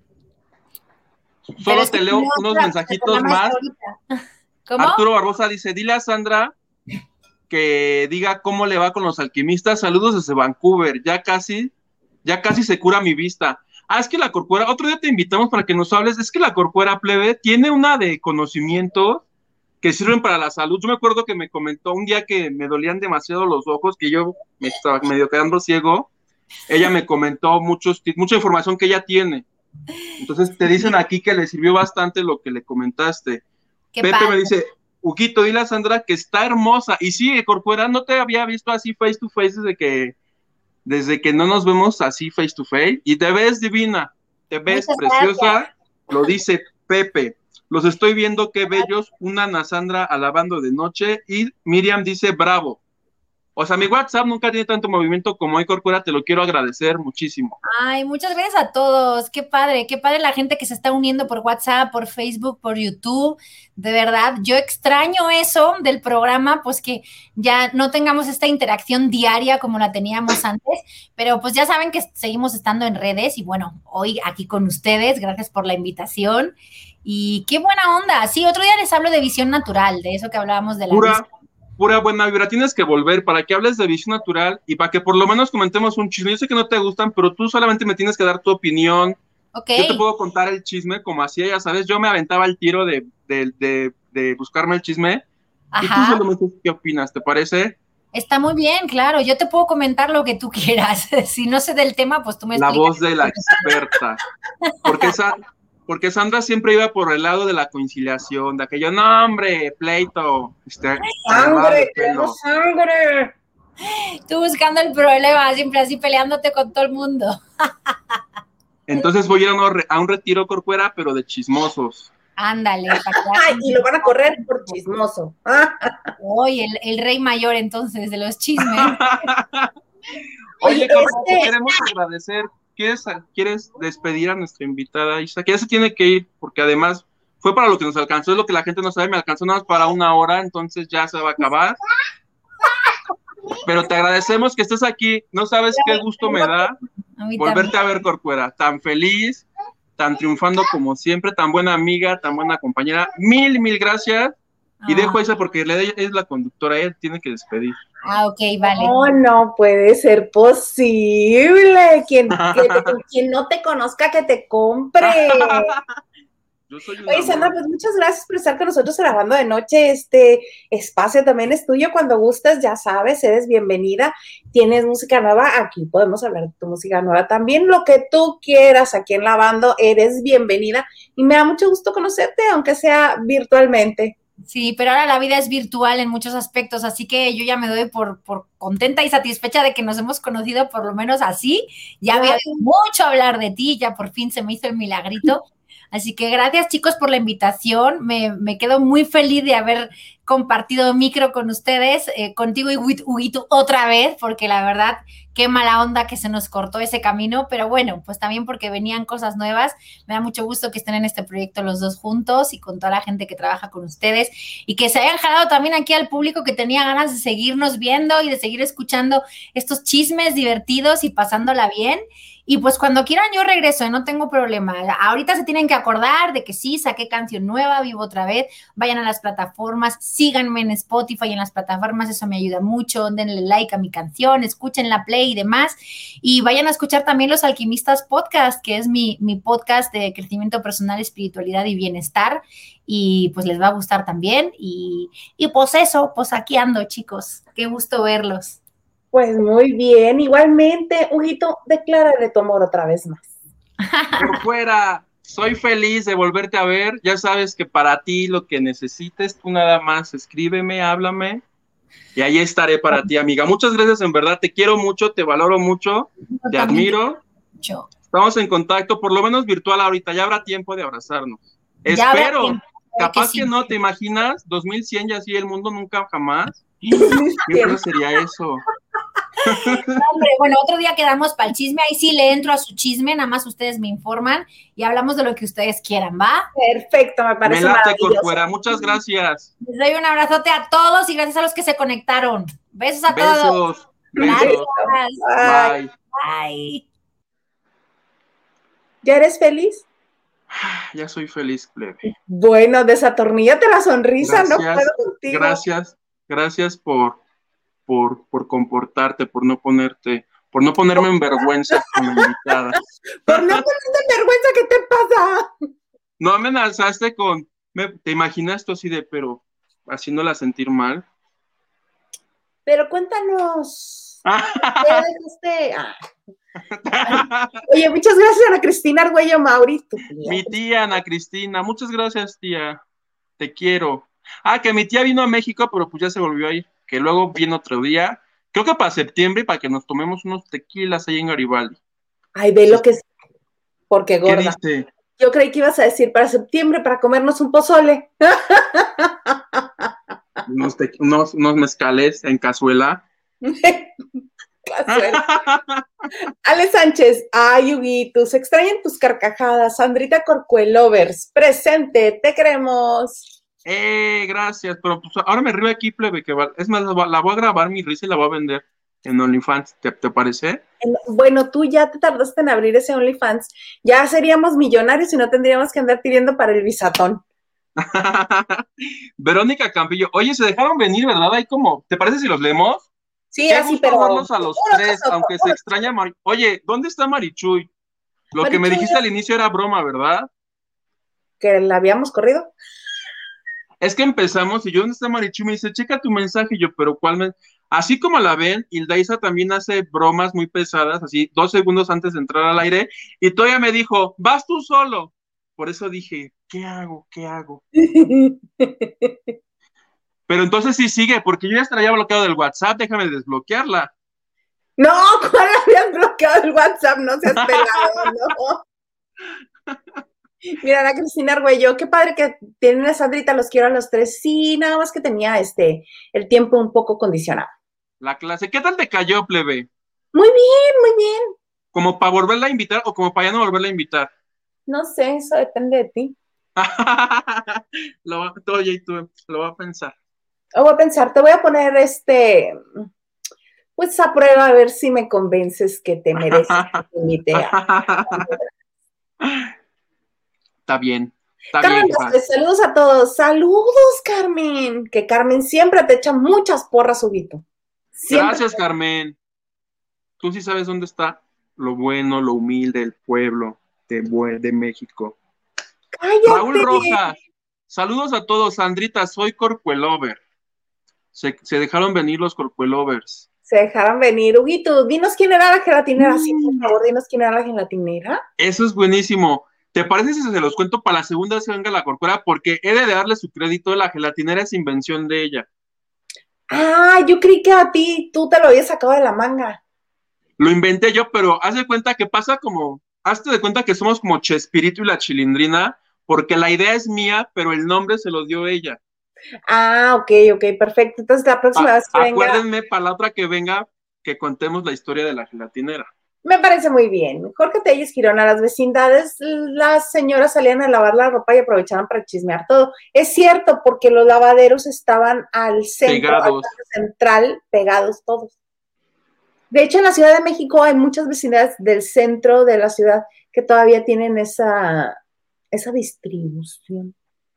Speaker 1: Solo te leo unos mensajitos más.
Speaker 3: ¿Cómo?
Speaker 1: Arturo Barbosa dice, dile a Sandra que diga cómo le va con los alquimistas. Saludos desde Vancouver. Ya casi se cura mi vista. Es que la Corcuera, otro día te invitamos para que nos hables. Es que la Corcuera, plebe, tiene una de conocimientos que sirven para la salud. Yo me acuerdo que me comentó un día que me dolían demasiado los ojos, que yo me estaba medio quedando ciego. Ella me comentó mucha información que ella tiene. Entonces te dicen aquí que le sirvió bastante lo que le comentaste. Pepe me dice, Huguito, dile a Sandra que está hermosa. Y sí, Corcuera, no te había visto así face to face desde que no nos vemos así face to face. Y te ves divina, te ves preciosa. Gracias. Lo dice Pepe. Los estoy viendo, qué bellos. Una Ana Sandra alabando de noche. Y Miriam dice, bravo. O sea, mi WhatsApp nunca tiene tanto movimiento como hoy, Corcuera, te lo quiero agradecer muchísimo.
Speaker 3: Ay, muchas gracias a todos, qué padre la gente que se está uniendo por WhatsApp, por Facebook, por YouTube, de verdad, yo extraño eso del programa, pues que ya no tengamos esta interacción diaria como la teníamos antes, pero pues ya saben que seguimos estando en redes y bueno, hoy aquí con ustedes, gracias por la invitación y qué buena onda, sí, otro día les hablo de visión natural, de eso que hablábamos de la
Speaker 1: pura buena vibra, tienes que volver para que hables de visión natural y para que por lo menos comentemos un chisme. Yo sé que no te gustan, pero tú solamente me tienes que dar tu opinión.
Speaker 3: Okay.
Speaker 1: Yo te puedo contar el chisme como hacía, ya sabes, yo me aventaba el tiro de buscarme el chisme. Ajá. Y tú solamente qué opinas, ¿te parece?
Speaker 3: Está muy bien, claro, yo te puedo comentar lo que tú quieras. Si no sé del tema, pues tú me explicas.
Speaker 1: La voz de la experta. Porque Sandra siempre iba por el lado de la conciliación, de aquello, no, hombre, pleito.
Speaker 2: ¡Sangre!
Speaker 3: Tú buscando el problema, siempre así peleándote con todo el mundo.
Speaker 1: Entonces voy a ir a un retiro, Corcuera, pero de chismosos.
Speaker 3: Ándale.
Speaker 2: Y lo van a correr por chismoso.
Speaker 3: Oye, el rey mayor entonces de los chismes.
Speaker 1: Oye, queremos agradecer. ¿Quieres despedir a nuestra invitada, Isa? Que ya se tiene que ir, porque además fue para lo que nos alcanzó, es lo que la gente no sabe, me alcanzó nada más para 1 hora, entonces ya se va a acabar. Pero te agradecemos que estés aquí, no sabes qué gusto me da volverte a ver, Corcuera, tan feliz, tan triunfando como siempre, tan buena amiga, tan buena compañera, mil gracias, y dejo a Isa porque es la conductora, ella tiene que despedir.
Speaker 3: Ok, vale.
Speaker 2: No puede ser posible. Quien no te conozca, que te compre.
Speaker 1: Yo soy un
Speaker 2: Oye, Sandra,
Speaker 1: amor.
Speaker 2: pues muchas gracias por estar con nosotros grabando de noche. Este espacio también es tuyo. Cuando gustes, ya sabes, eres bienvenida. Tienes música nueva, aquí podemos hablar de tu música nueva. También lo que tú quieras aquí en Lavando, eres bienvenida. Y me da mucho gusto conocerte, aunque sea virtualmente.
Speaker 3: Sí, pero ahora la vida es virtual en muchos aspectos, así que yo ya me doy por contenta y satisfecha de que nos hemos conocido por lo menos así. Ya había oído mucho hablar de ti, ya por fin se me hizo el milagrito. Así que gracias, chicos, por la invitación. Me quedo muy feliz de haber compartido micro con ustedes, contigo y Huguito otra vez, porque la verdad, qué mala onda que se nos cortó ese camino, pero bueno, pues también porque venían cosas nuevas. Me da mucho gusto que estén en este proyecto los dos juntos y con toda la gente que trabaja con ustedes y que se hayan jalado también aquí al público que tenía ganas de seguirnos viendo y de seguir escuchando estos chismes divertidos y pasándola bien. Y pues cuando quieran yo regreso, no tengo problema. Ahorita se tienen que acordar de que sí, saqué canción nueva, vivo otra vez, vayan a las plataformas, síganme en Spotify y en las plataformas, eso me ayuda mucho, denle like a mi canción, escuchen la play y demás, y vayan a escuchar también Los Alquimistas Podcast, que es mi podcast de crecimiento personal, espiritualidad y bienestar, y pues les va a gustar también, y pues eso, pues aquí ando, chicos, qué gusto verlos.
Speaker 2: Pues muy bien, igualmente, Huguito, declárale tu amor otra vez más.
Speaker 1: Por fuera, soy feliz de volverte a ver. Ya sabes que para ti lo que necesites, tú nada más escríbeme, háblame y ahí estaré para ti, amiga. Muchas gracias, en verdad, te quiero mucho, te valoro mucho, te admiro.
Speaker 3: Mucho.
Speaker 1: Estamos en contacto, por lo menos virtual ahorita, ya habrá tiempo de abrazarnos.
Speaker 3: Ya habrá
Speaker 1: Espero,
Speaker 3: tiempo,
Speaker 1: capaz
Speaker 3: sí.
Speaker 1: que no, ¿te imaginas? 2100 y así el mundo nunca jamás.
Speaker 2: Muy
Speaker 1: ¿Qué
Speaker 2: bien.
Speaker 1: feo sería eso?
Speaker 3: Hombre, bueno, otro día quedamos para el chisme, ahí sí le entro a su chisme, nada más ustedes me informan y hablamos de lo que ustedes quieran, ¿va?
Speaker 2: Perfecto, me
Speaker 1: Me
Speaker 2: parece
Speaker 1: late,
Speaker 2: maravilloso.
Speaker 1: Corcuera. Muchas gracias.
Speaker 3: Les doy un abrazote a todos y gracias a los que se conectaron. Besos a todos.
Speaker 1: Besos.
Speaker 3: Gracias.
Speaker 1: Besos.
Speaker 2: Bye.
Speaker 1: Bye.
Speaker 3: Bye.
Speaker 2: ¿Ya eres feliz?
Speaker 1: Ya soy feliz, plebe.
Speaker 2: Bueno, desatorníllate la sonrisa, no
Speaker 1: Gracias,
Speaker 2: puedo contigo.
Speaker 1: gracias por comportarte, por no ponerme en vergüenza con la invitada.
Speaker 2: Por no ponerte en vergüenza, ¿qué te pasa?
Speaker 1: No me alzaste te imaginas tú así pero haciéndola sentir mal.
Speaker 2: Pero cuéntanos. ¿Qué dejaste? Oye, muchas gracias, Ana Cristina Argüello Mauri.
Speaker 1: Mi tía Ana Cristina, muchas gracias, tía. Te quiero. Que mi tía vino a México, pero pues ya se volvió a ir. Que luego viene otro día. Creo que para septiembre, para que nos tomemos unos tequilas ahí en Garibaldi.
Speaker 2: Ay, ve lo que es. Porque gorda.
Speaker 1: ¿Qué dice?
Speaker 2: Yo creí que ibas a decir para septiembre, para comernos un pozole.
Speaker 1: Unos mezcales en cazuela.
Speaker 2: Ale Sánchez, ay, Huguito, se extrañan tus carcajadas. Sandrita Corcuelovers, presente, te queremos.
Speaker 1: Gracias, pero pues ahora me río aquí, plebe, es más, la voy a grabar mi risa y la voy a vender en OnlyFans, ¿te parece?
Speaker 2: Bueno, tú ya te tardaste en abrir ese OnlyFans, ya seríamos millonarios y no tendríamos que andar pidiendo para el visatón.
Speaker 1: Verónica Campillo, oye, se dejaron venir, ¿verdad? ¿te parece si los leemos?
Speaker 2: Sí,
Speaker 1: Qué
Speaker 2: así,
Speaker 1: gusto
Speaker 2: pero
Speaker 1: verlos a los tres, aunque se extraña Oye, ¿dónde está Marichuy? Lo que me dijiste al inicio era broma, ¿verdad?
Speaker 2: ¿Que la habíamos corrido?
Speaker 1: Es que empezamos y yo, ¿dónde está Marichuy? Me dice, checa tu mensaje, y yo, pero ¿cuál Así como la ven, Hildaisa también hace bromas muy pesadas, así 2 segundos antes de entrar al aire, y todavía me dijo, vas tú solo. Por eso dije, ¿qué hago? Pero entonces sí sigue, porque yo ya estaría bloqueado del WhatsApp, déjame desbloquearla.
Speaker 2: No, ¿cuál habías bloqueado el WhatsApp? No seas pelado, no. Mira, Ana Cristina Argüello, qué padre que tienen a Sandrita, los quiero a los tres. Sí, nada más que tenía el tiempo un poco condicionado.
Speaker 1: La clase, ¿qué tal te cayó, plebe?
Speaker 2: Muy bien, muy bien.
Speaker 1: ¿Como para volverla a invitar o como para ya no volverla a invitar?
Speaker 2: No sé, eso depende de ti.
Speaker 1: Lo voy a pensar.
Speaker 2: Lo voy a pensar, te voy a poner pues a prueba a ver si me convences que te mereces que te invite a...
Speaker 1: Está bien.
Speaker 2: Carmen, saludos a todos. Saludos, Carmen. Que Carmen siempre te echa muchas porras, Huguito.
Speaker 1: Gracias, Carmen. Tú sí sabes dónde está lo bueno, lo humilde, el pueblo de México. Raúl Rojas, saludos a todos. Sandrita, soy Corcuelover. Se dejaron venir los Corcuelovers.
Speaker 2: Se dejaron venir. Huguito, dinos quién era la gelatinera. Sí, por favor, dinos quién era la gelatinera.
Speaker 1: Eso es buenísimo. ¿Te parece si se los cuento para la segunda vez que venga la Corcuera? Porque he de darle su crédito, la gelatinera es invención de ella.
Speaker 2: Ah, yo creí que a ti, tú te lo habías sacado de la manga.
Speaker 1: Lo inventé yo, pero haz de cuenta que pasa como, hazte de cuenta que somos como Chespirito y la Chilindrina, porque la idea es mía, pero el nombre se lo dio ella.
Speaker 2: Ah, ok, perfecto. Entonces la próxima vez que venga.
Speaker 1: Acuérdenme para la otra que venga, que contemos la historia de la gelatinera.
Speaker 2: Me parece muy bien. Jorge Telles Girón, a las vecindades, las señoras salían a lavar la ropa y aprovechaban para chismear todo. Es cierto, porque los lavaderos estaban al centro, al central, pegados todos. De hecho, en la Ciudad de México hay muchas vecindades del centro de la ciudad que todavía tienen esa distribución.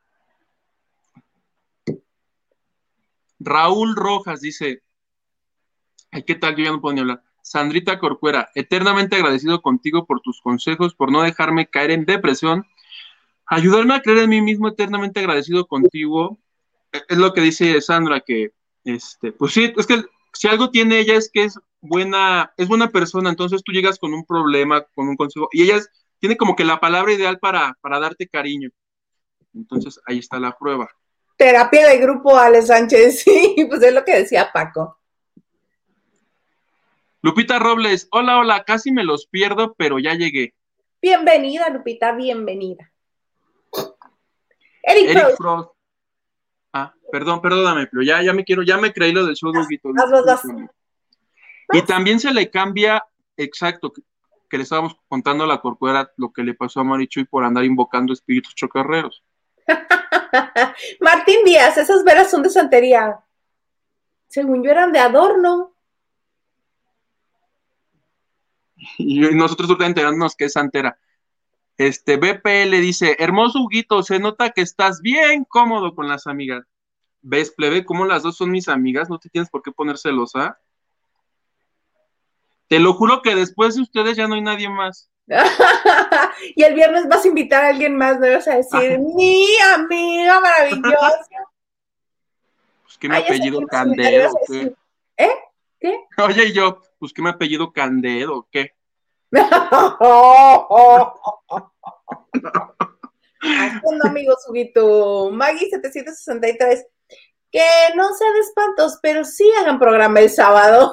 Speaker 1: Raúl Rojas dice, ay, ¿qué tal? Yo ya no puedo ni hablar. Sandrita Corcuera, eternamente agradecido contigo por tus consejos, por no dejarme caer en depresión, ayudarme a creer en mí mismo, eternamente agradecido contigo. Es lo que dice Sandra, que, pues sí, es que si algo tiene ella es que es buena persona, entonces tú llegas con un problema, con un consejo, y ella tiene como que la palabra ideal para darte cariño. Entonces, ahí está la prueba.
Speaker 2: Terapia de grupo, Ale Sánchez, sí, pues es lo que decía Paco.
Speaker 1: Lupita Robles, hola, casi me los pierdo, pero ya llegué.
Speaker 2: Bienvenida, Lupita, bienvenida.
Speaker 1: Eric Frost. Ah, perdóname, pero ya me creí lo del show de Huguito. Y también se le cambia, exacto, que le estábamos contando a la Corcuera lo que le pasó a Marichuy por andar invocando espíritus chocarreros.
Speaker 2: Martín Díaz, esas velas son de santería. Según yo eran de adorno.
Speaker 1: Y nosotros enterándonos que es santera. BPL dice, hermoso Huguito, se nota que estás bien cómodo con las amigas. ¿Ves, plebe, cómo las dos son mis amigas? No te tienes por qué poner celosa. Te lo juro que después de ustedes ya no hay nadie más.
Speaker 2: Y el viernes vas a invitar a alguien más, ¿no? Vas a decir, mi amiga maravillosa.
Speaker 1: Pues que mi apellido Candedo, ¿o qué?
Speaker 2: ¿Qué?
Speaker 1: Oye, y yo, pues que mi apellido Candedo, ¿o qué?
Speaker 2: Haciendo amigos, Huguito. Maggie 763. Que no sea de espantos, pero sí hagan programa el sábado.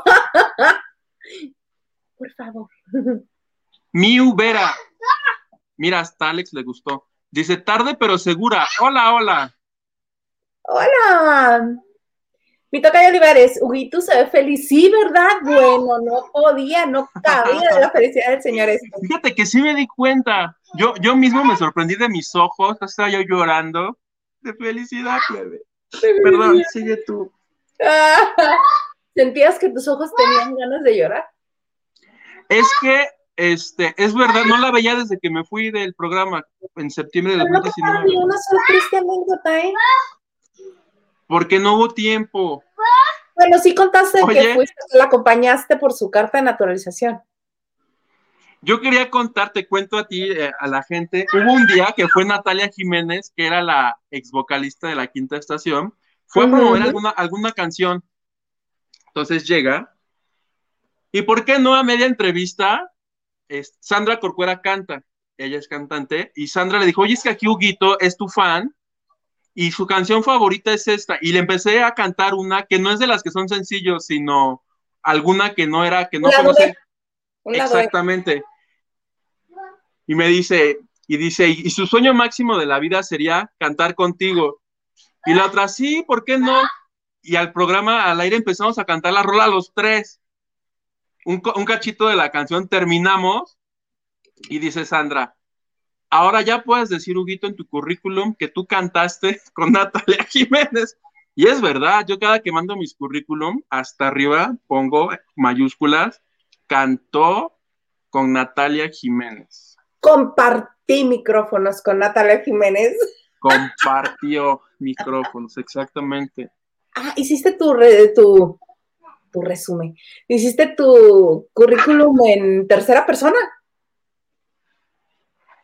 Speaker 2: Por favor.
Speaker 1: Miu Vera. Mira, hasta Alex le gustó. Dice, tarde pero segura. Hola.
Speaker 2: Hola. Mi tocayo Olivares, Huguito se ve feliz. Sí, ¿verdad? Bueno, no cabía de la felicidad del señor este.
Speaker 1: Fíjate que sí me di cuenta. Yo mismo me sorprendí de mis ojos. Estaba yo llorando de felicidad, plebe. Perdón, sigue tú.
Speaker 2: ¿Sentías que tus ojos tenían ganas de llorar?
Speaker 1: Es que, es verdad, no la veía desde que me fui del programa en septiembre de 2019.
Speaker 2: No, una sola triste anécdota, ¿eh?
Speaker 1: Porque no hubo tiempo.
Speaker 2: Bueno, sí contaste que fuiste, que la acompañaste por su carta de naturalización.
Speaker 1: Yo quería contarte, cuento a ti, a la gente. Hubo un día que fue Natalia Jiménez, que era la ex vocalista de La Quinta Estación, fue a promover alguna canción. Entonces llega, y ¿por qué no a media entrevista? Sandra Corcuera canta, ella es cantante, y Sandra le dijo, oye, es que aquí Huguito es tu fan, y su canción favorita es esta, y le empecé a cantar una que no es de las que son sencillos, sino alguna que no conoce. Exactamente. Y me dice, y su sueño máximo de la vida sería cantar contigo. Y la otra, sí, ¿por qué no? Y al programa, al aire, empezamos a cantar la rola los tres. Un cachito de la canción, terminamos, y dice Sandra, ahora ya puedes decir, Huguito, en tu currículum que tú cantaste con Natalia Jiménez. Y es verdad, yo cada que mando mis currículum, hasta arriba pongo mayúsculas, cantó con Natalia Jiménez.
Speaker 2: Compartí micrófonos con Natalia Jiménez.
Speaker 1: Compartió micrófonos, exactamente.
Speaker 2: Ah, hiciste tu resumen. ¿Hiciste tu currículum en tercera persona?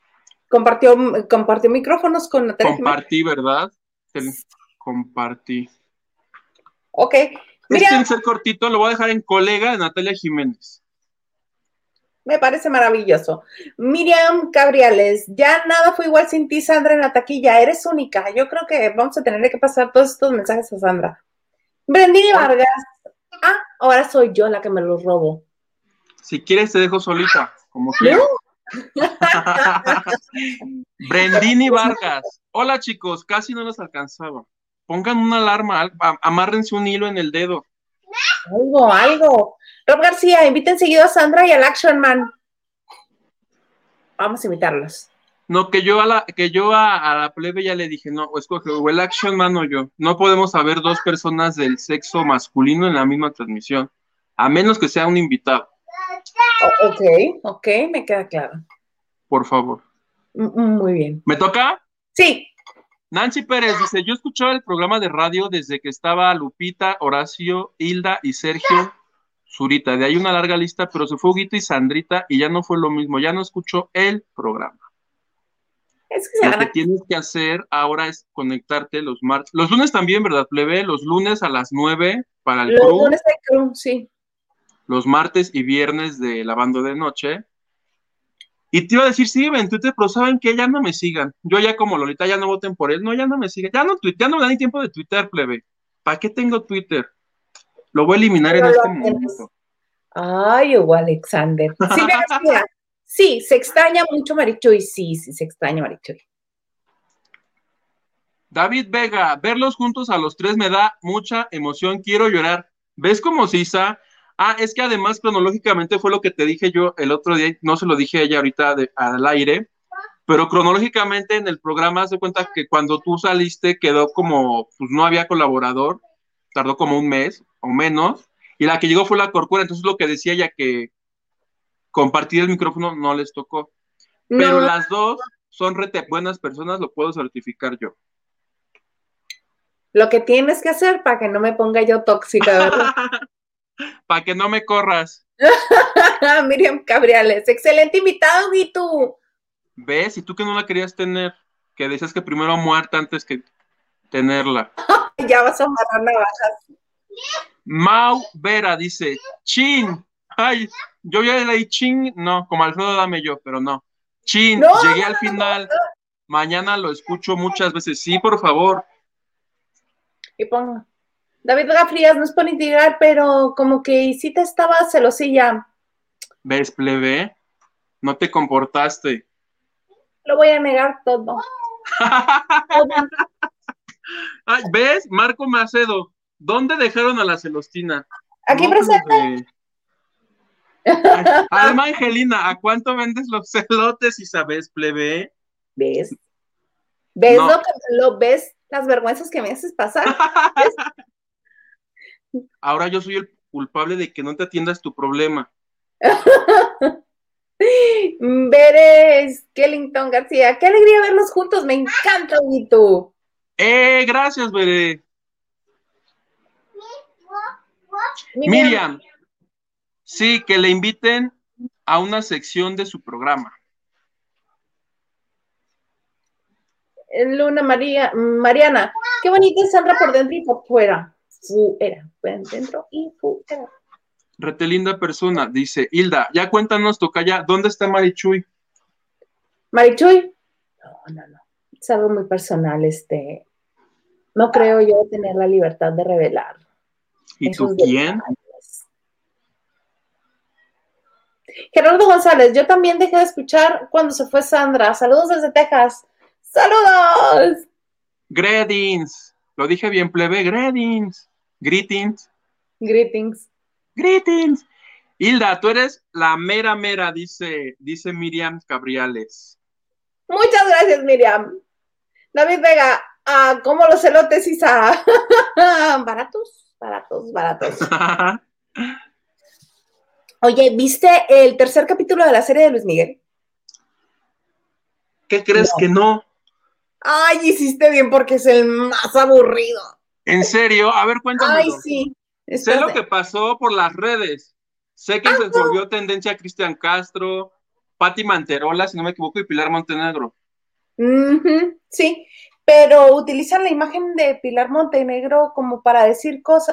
Speaker 2: Compartió micrófonos con Natalia Jiménez.
Speaker 1: Compartí, ¿verdad? Compartí.
Speaker 2: Ok.
Speaker 1: Este ser cortito lo voy a dejar en colega de Natalia Jiménez.
Speaker 2: Me parece maravilloso. Miriam Cabriales, ya nada fue igual sin ti, Sandra, en la taquilla. Eres única. Yo creo que vamos a tener que pasar todos estos mensajes a Sandra. Brendini Vargas. Ah, ahora soy yo la que me los robo.
Speaker 1: Si quieres te dejo solita, como quieras. Brendini Vargas. Hola chicos, casi no los alcanzaba. Pongan una alarma, amárrense un hilo en el dedo.
Speaker 2: Algo. Rob García, inviten seguido a Sandra y al Action Man. Vamos a invitarlos.
Speaker 1: No, que yo a la plebe ya le dije, no, escoge o el Action Man o yo. No podemos haber dos personas del sexo masculino en la misma transmisión, a menos que sea un invitado.
Speaker 2: Ok, me queda claro.
Speaker 1: Por favor.
Speaker 2: Muy bien.
Speaker 1: ¿Me toca?
Speaker 2: Sí.
Speaker 1: Nancy Pérez dice, yo escuchaba el programa de radio desde que estaba Lupita, Horacio, Hilda y Sergio Zurita. De ahí una larga lista, pero se fue Huguito y Sandrita y ya no fue lo mismo. Ya no escuchó el programa.
Speaker 2: Es que
Speaker 1: lo que tienes que hacer ahora es conectarte los martes. Los lunes también, ¿verdad, plebe? Los lunes a las 9 para el
Speaker 2: crew. Los lunes hay crew, sí.
Speaker 1: Los martes y viernes de Lavando de Noche. Y te iba a decir, sí, en Twitter, pero ¿saben qué? Ya no me sigan. Yo ya como Lolita, ya no voten por él. No, ya no me sigan. Ya no me da ni tiempo de Twitter, plebe. ¿Para qué tengo Twitter? Lo voy a eliminar en este momento.
Speaker 2: Ay, Hugo Alexander. Sí, mira. Sí, se extraña mucho Marichuy. Sí, se extraña Marichuy.
Speaker 1: David Vega, verlos juntos a los tres me da mucha emoción. Quiero llorar. ¿Ves cómo Sisa? Ah, es que además cronológicamente fue lo que te dije yo el otro día, no se lo dije a ella ahorita al aire, pero cronológicamente en el programa se cuenta que cuando tú saliste quedó como, pues no había colaborador, tardó como un mes o menos, y la que llegó fue la Corcuera, entonces lo que decía ella que compartir el micrófono no les tocó, pero las dos son buenas personas, lo puedo certificar yo.
Speaker 2: Lo que tienes que hacer para que no me ponga yo tóxica, ¿verdad?
Speaker 1: Para que no me corras.
Speaker 2: Miriam Cabriales, excelente invitado, Guitu.
Speaker 1: ¿Ves? Y tú que no la querías tener, que decías que primero muerta antes que tenerla.
Speaker 2: Ya vas a amarrar navajas.
Speaker 1: Mau Vera dice, chin. Ay, yo ya leí chin, no, como Alfredo dame yo, pero no. Chin, llegué al final. Mañana lo escucho muchas veces. Sí, por favor.
Speaker 2: Y pongo. David Gafrías, no es por integrar, pero como que sí te estaba celosilla.
Speaker 1: ¿Ves, plebe? No te comportaste.
Speaker 2: Lo voy a negar todo.
Speaker 1: Ay, ¿ves? Marco Macedo. ¿Dónde dejaron a la Celostina?
Speaker 2: Aquí no, presente.
Speaker 1: Alma Angelina, ¿a cuánto vendes los celotes y sabes, plebe?
Speaker 2: ¿Ves? ¿Ves no. lo ves? Las vergüenzas que me haces pasar.
Speaker 1: Ahora yo soy el culpable de que no te atiendas tu problema.
Speaker 2: Veres, Kellington García, qué alegría verlos juntos, me encanta, Huguito.
Speaker 1: Gracias, Veré. Miriam, sí, que le inviten a una sección de su programa.
Speaker 2: Luna Mariana, qué bonita es Sandra por dentro y por fuera. Dentro y fuera.
Speaker 1: Retelinda persona, dice Hilda, ya cuéntanos, tocaya, ¿dónde está Marichuy?
Speaker 2: ¿Marichuy? No. Es algo muy personal, no creo yo tener la libertad de revelar.
Speaker 1: ¿Y tú quién?
Speaker 2: Gerardo González, yo también dejé de escuchar cuando se fue Sandra. Saludos desde Texas. ¡Saludos!
Speaker 1: Greetings. Lo dije bien, plebe. Greetings. Hilda, tú eres la mera, dice Miriam Cabriales.
Speaker 2: Muchas gracias, Miriam. David Vega, como los elotes, Isa. Baratos. Oye, ¿viste el tercer capítulo de la serie de Luis Miguel?
Speaker 1: ¿Qué crees que no?
Speaker 2: Ay, hiciste bien porque es el más aburrido.
Speaker 1: ¿En serio? A ver, cuéntame.
Speaker 2: Ay, sí.
Speaker 1: Sé lo que pasó por las redes. Sé que se volvió tendencia a Cristian Castro, Pati Manterola, si no me equivoco, y Pilar Montenegro.
Speaker 2: Sí, pero utilizan la imagen de Pilar Montenegro como para decir cosas,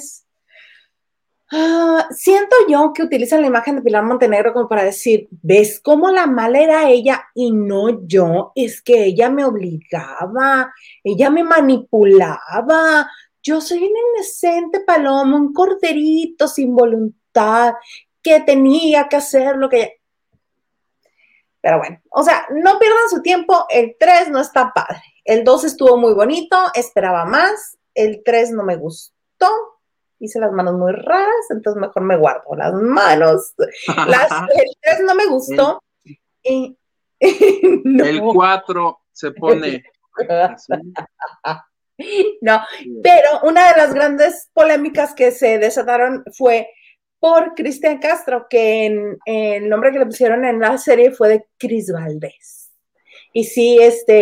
Speaker 2: siento yo que utilizan la imagen de Pilar Montenegro como para decir, ¿ves cómo la mala era ella y no yo? Es que ella me obligaba, ella me manipulaba. Yo soy un inocente paloma, un corderito sin voluntad, que tenía que hacer lo que... Pero bueno, o sea, no pierdan su tiempo, el 3 no está padre. El 2 estuvo muy bonito, esperaba más, el 3 no me gustó, hice las manos muy raras, entonces mejor me guardo las manos. El 3 no me gustó. Y,
Speaker 1: no. El 4 se pone así.
Speaker 2: No, pero una de las grandes polémicas que se desataron fue por Cristian Castro, que en el nombre que le pusieron en la serie fue de Cris Valdés. Y sí,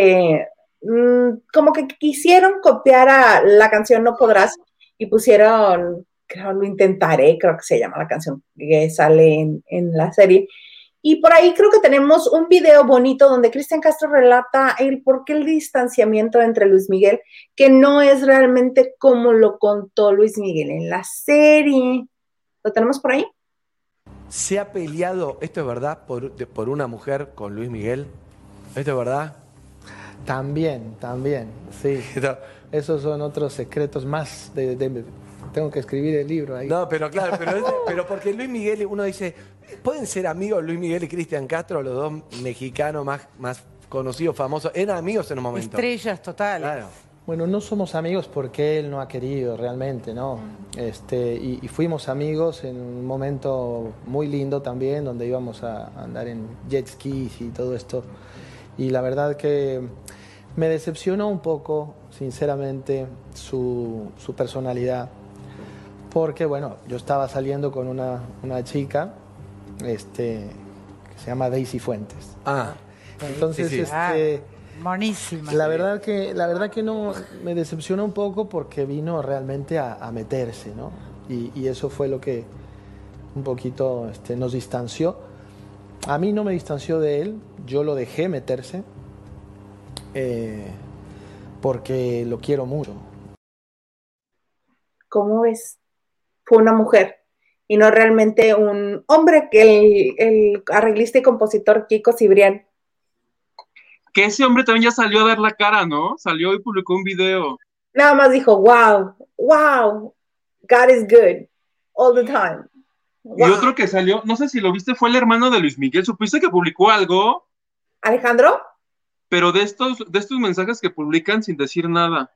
Speaker 2: como que quisieron copiar a la canción No Podrás y pusieron, creo, Lo Intentaré, creo que se llama la canción que sale en la serie. Y por ahí creo que tenemos un video bonito donde Cristian Castro relata el por qué el distanciamiento entre Luis Miguel, que no es realmente como lo contó Luis Miguel en la serie. ¿Lo tenemos por ahí?
Speaker 4: ¿Se ha peleado, esto es verdad, por una mujer con Luis Miguel? ¿Esto es verdad?
Speaker 5: También, sí. Esos son otros secretos más tengo que escribir el libro ahí.
Speaker 4: No, pero claro, pero porque Luis Miguel, uno dice, ¿pueden ser amigos Luis Miguel y Cristian Castro, los dos mexicanos más conocidos, famosos? ¿Eran amigos en un momento?
Speaker 6: Estrellas totales.
Speaker 4: Claro.
Speaker 5: Bueno, no somos amigos porque él no ha querido realmente, ¿no? Y fuimos amigos en un momento muy lindo también, donde íbamos a andar en jet skis y todo esto. Y la verdad que me decepcionó un poco, sinceramente, su personalidad. Porque, bueno, yo estaba saliendo con una chica que se llama Daisy Fuentes. Entonces,
Speaker 4: sí.
Speaker 6: Monísima.
Speaker 5: La verdad que no, me decepcionó un poco porque vino realmente a meterse, ¿no? Y eso fue lo que un poquito nos distanció. A mí no me distanció de él, yo lo dejé meterse porque lo quiero mucho.
Speaker 2: ¿Cómo ves? Fue una mujer y no realmente un hombre, que el arreglista y compositor Kiko Cibrián.
Speaker 1: Que ese hombre también ya salió a dar la cara, ¿no? Salió y publicó un video.
Speaker 2: Nada más dijo, wow, God is good, all the time. Wow.
Speaker 1: Y otro que salió, no sé si lo viste, fue el hermano de Luis Miguel. ¿Supiste que publicó algo?
Speaker 2: ¿Alejandro?
Speaker 1: Pero de estos mensajes que publican sin decir nada.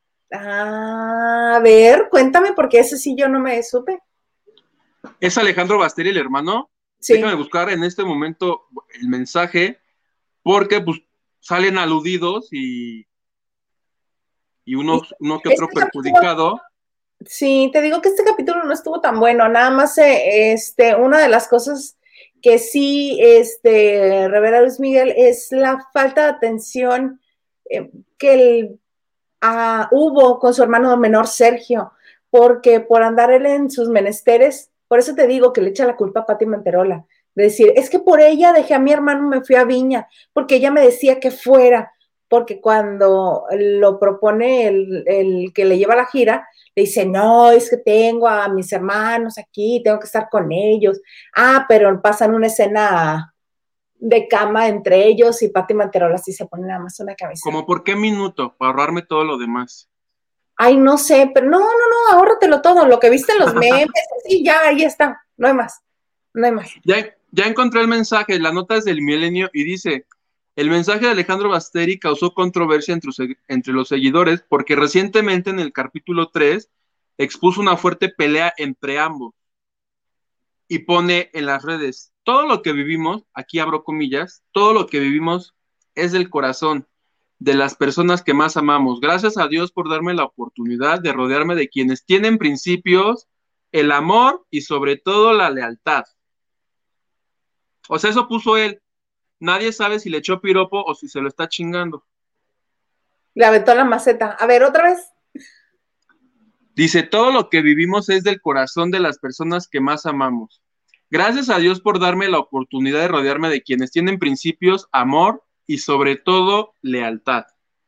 Speaker 2: A ver, cuéntame, porque ese sí yo no me supe.
Speaker 1: ¿Es Alejandro Basteri el hermano?
Speaker 2: Sí.
Speaker 1: Déjame buscar en este momento el mensaje, porque pues salen aludidos y uno que otro perjudicado.
Speaker 2: Sí, te digo que este capítulo no estuvo tan bueno, nada más una de las cosas que sí revela Luis Miguel es la falta de atención que hubo con su hermano menor Sergio, porque por andar él en sus menesteres, por eso te digo que le echa la culpa a Pati Manterola, de decir, es que por ella dejé a mi hermano, me fui a Viña, porque ella me decía que fuera, porque cuando lo propone el que le lleva la gira, le dice, no, es que tengo a mis hermanos aquí, tengo que estar con ellos. Pero pasan una escena de cama entre ellos y Pati Manterola sí se pone nada más una cabeza.
Speaker 1: ¿Cómo por qué minuto? Para ahorrarme todo lo demás.
Speaker 2: Ay, no sé, pero no, ahórratelo todo, lo que viste en los memes, sí, ya, ahí está, no hay más.
Speaker 1: Ya encontré el mensaje, la nota es del Milenio y dice, el mensaje de Alejandro Basteri causó controversia entre los seguidores porque recientemente en el capítulo 3 expuso una fuerte pelea entre ambos y pone en las redes, todo lo que vivimos, aquí abro comillas, todo lo que vivimos es del corazón, de las personas que más amamos. Gracias a Dios por darme la oportunidad de rodearme de quienes tienen principios, el amor y sobre todo la lealtad. O sea, eso puso él. Nadie sabe si le echó piropo o si se lo está chingando.
Speaker 2: Le aventó la maceta. A ver, otra vez.
Speaker 1: Dice, todo lo que vivimos es del corazón de las personas que más amamos. Gracias a Dios por darme la oportunidad de rodearme de quienes tienen principios, amor y sobre todo lealtad.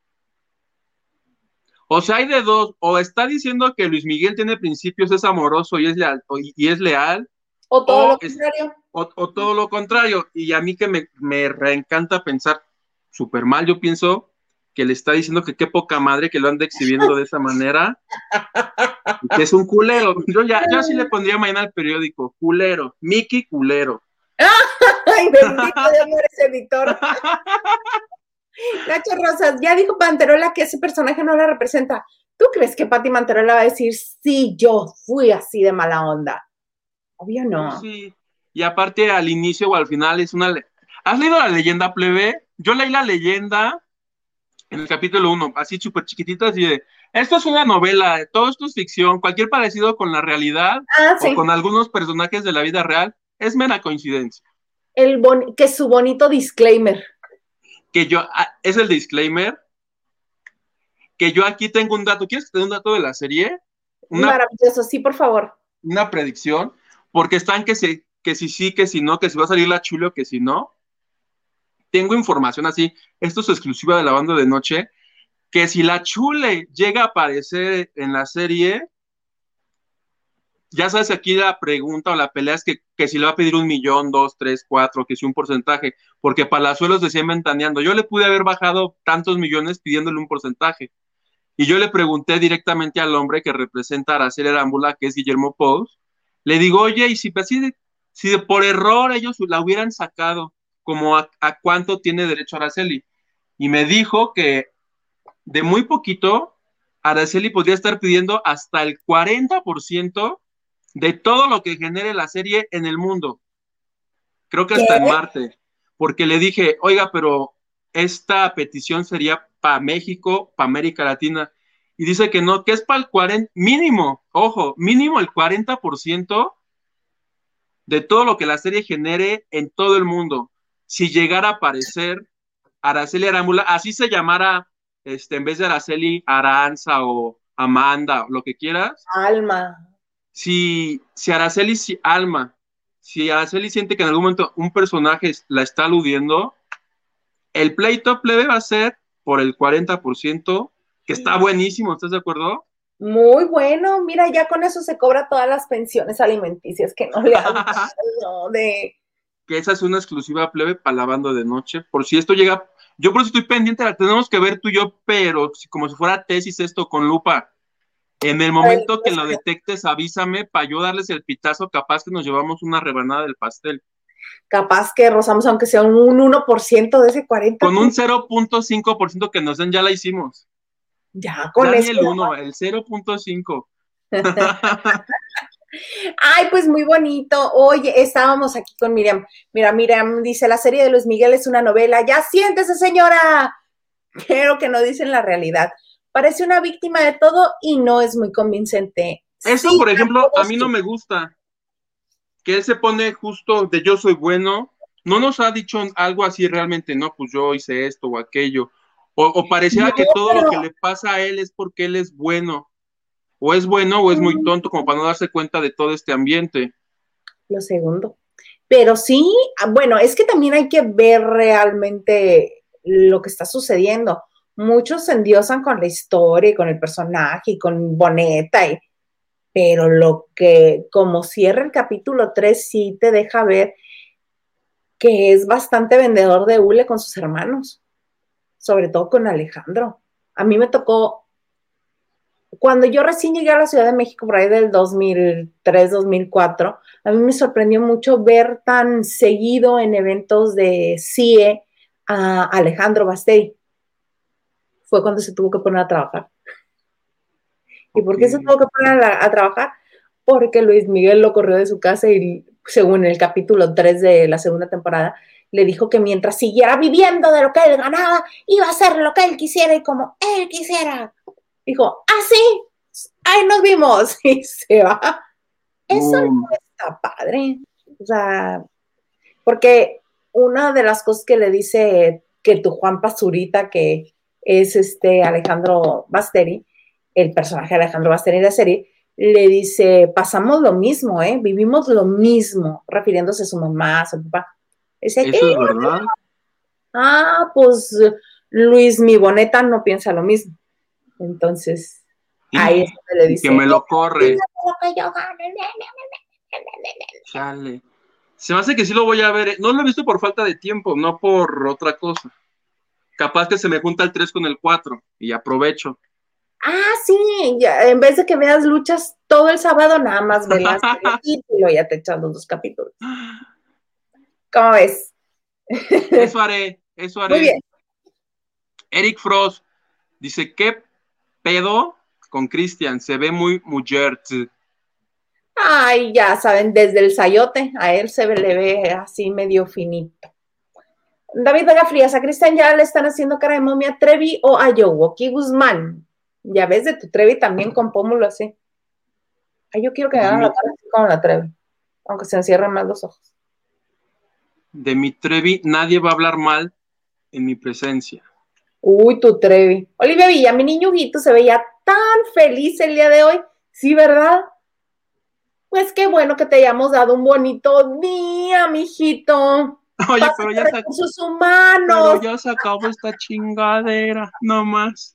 Speaker 1: O sea, hay de dos, o está diciendo que Luis Miguel tiene principios, es amoroso y es leal,
Speaker 2: O todo lo contrario.
Speaker 1: O todo lo contrario. Y a mí que me reencanta pensar súper mal, yo pienso que le está diciendo que qué poca madre que lo anda exhibiendo de esa manera, y que es un culero. Yo así le pondría mañana al periódico, culero, Mickey culero.
Speaker 2: Ay, bendito de amor ese editor. Nacho Rosas, ya dijo Manterola que ese personaje no la representa. ¿Tú crees que Pati Manterola va a decir, sí, yo fui así de mala onda? Obvio no.
Speaker 1: Sí, y aparte al inicio o al final es una... ¿Has leído la leyenda, plebe? Yo leí la leyenda en el capítulo 1, así súper chiquitita, así de, esto es una novela, todo esto es ficción, cualquier parecido con la realidad
Speaker 2: sí.
Speaker 1: o con algunos personajes de la vida real es mera coincidencia.
Speaker 2: Que su bonito disclaimer.
Speaker 1: Es el disclaimer, que yo aquí tengo un dato. ¿Quieres que te dé un dato de la serie?
Speaker 2: Maravilloso, sí, por favor.
Speaker 1: Una predicción, porque están que si sí, que si no, que si va a salir la Chule o que si no. Tengo información así, esto es exclusiva de la banda de noche, que si la Chule llega a aparecer en la serie, ya sabes, aquí la pregunta o la pelea es que si le va a pedir 1 millón, 2, 3, 4, que si un porcentaje, porque Palazuelos decía ventaneando, yo le pude haber bajado tantos millones pidiéndole un porcentaje. Y yo le pregunté directamente al hombre que representa a Araceli Arámbula, que es Guillermo Pous, le digo, oye, y si por error ellos la hubieran sacado, como a cuánto tiene derecho Araceli. Y me dijo que de muy poquito, Araceli podría estar pidiendo hasta el 40% de todo lo que genere la serie en el mundo. Creo que hasta en Marte. Porque le dije, oiga, pero esta petición sería para México, para América Latina. Y dice que no, que es para el 40%, mínimo, ojo, mínimo el 40% de todo lo que la serie genere en todo el mundo. Si llegara a aparecer Araceli Arámbula, así se llamara, en vez de Araceli, Aranza o Amanda, lo que quieras.
Speaker 2: Alma.
Speaker 1: Si Araceli, Alma, si Araceli siente que en algún momento un personaje la está aludiendo, el pleito plebe va a ser por el 40%, que está buenísimo, ¿estás de acuerdo?
Speaker 2: Muy bueno, mira, ya con eso se cobra todas las pensiones alimenticias que no le han dado
Speaker 1: Que esa es una exclusiva plebe para la banda de noche, por si esto llega, yo por eso estoy pendiente, la tenemos que ver tú y yo, pero como si fuera tesis esto con lupa. En el momento que lo detectes, avísame para yo darles el pitazo, capaz que nos llevamos una rebanada del pastel.
Speaker 2: Capaz que rozamos, aunque sea un 1% de ese 40%.
Speaker 1: Con un 0.5% que nos den, ya la hicimos.
Speaker 2: Ya, con
Speaker 1: ya
Speaker 2: eso.
Speaker 1: Ni el 1, el 0.5.
Speaker 2: Ay, pues muy bonito. Oye, estábamos aquí con Miriam. Mira, Miriam dice, la serie de Luis Miguel es una novela. ¡Ya siéntese, señora! Pero que no dicen la realidad. Parece una víctima de todo y no es muy convincente.
Speaker 1: Eso, sí, por ejemplo, a mí no me gusta. Que él se pone justo de yo soy bueno. No nos ha dicho algo así realmente, no, pues yo hice esto o aquello. O pareciera que todo lo que le pasa a él es porque él es bueno. O es bueno o es muy tonto como para no darse cuenta de todo este ambiente.
Speaker 2: Lo segundo. Pero sí, bueno, es que también hay que ver realmente lo que está sucediendo. Muchos se endiosan con la historia y con el personaje y con Boneta, pero lo que, como cierra el capítulo 3, sí te deja ver que es bastante vendedor de hule con sus hermanos, sobre todo con Alejandro. A mí me tocó, cuando yo recién llegué a la Ciudad de México, por ahí del 2003, 2004, a mí me sorprendió mucho ver tan seguido en eventos de CIE a Alejandro Basteri. Fue cuando se tuvo que poner a trabajar. ¿Y por qué se tuvo que poner a trabajar? Porque Luis Miguel lo corrió de su casa y, según el capítulo 3 de la segunda temporada, le dijo que mientras siguiera viviendo de lo que él ganaba, iba a hacer lo que él quisiera y como él quisiera. Dijo, sí, ahí nos vimos. Y se va. Eso no está padre. O sea, porque una de las cosas que le dice que tu Juan Pazurita, que es Alejandro Basteri, el personaje de Alejandro Basteri de la serie, le dice, pasamos lo mismo, vivimos lo mismo, refiriéndose a su mamá, a su papá. Dice,
Speaker 1: eso es verdad.
Speaker 2: Pues Luis Mi Boneta no piensa lo mismo. Entonces, ahí es donde le dice.
Speaker 1: Que me lo corre.
Speaker 2: Lo que yo gane.
Speaker 1: Chale. Se me hace que sí lo voy a ver. No lo he visto por falta de tiempo, no por otra cosa. Capaz que se me junta el 3 con el 4 y aprovecho.
Speaker 2: Sí, ya, en vez de que veas luchas todo el sábado, nada más velas y luego ya te echas los 2 capítulos. ¿Cómo ves?
Speaker 1: Eso haré.
Speaker 2: Muy bien.
Speaker 1: Eric Frost dice, ¿qué pedo con Christian? Se ve muy mujer.
Speaker 2: Ay, ya saben, desde el sayote, a él le ve así medio finito. David Vega Frías, a Cristian ya le están haciendo cara de momia Trevi o a Yowoki Guzmán. Ya ves de tu Trevi también con pómulo así. Ay, yo quiero que me hagan la cara así como la Trevi, aunque se encierren más los ojos.
Speaker 1: De mi Trevi, nadie va a hablar mal en mi presencia.
Speaker 2: Uy, tu Trevi. Olivia Villa, mi niño Huguito se veía tan feliz el día de hoy. Sí, ¿verdad? Pues qué bueno que te hayamos dado un bonito día, mijito.
Speaker 1: Oye, pero ya
Speaker 2: recursos humanos.
Speaker 1: Pero ya se acabó esta chingadera, no más.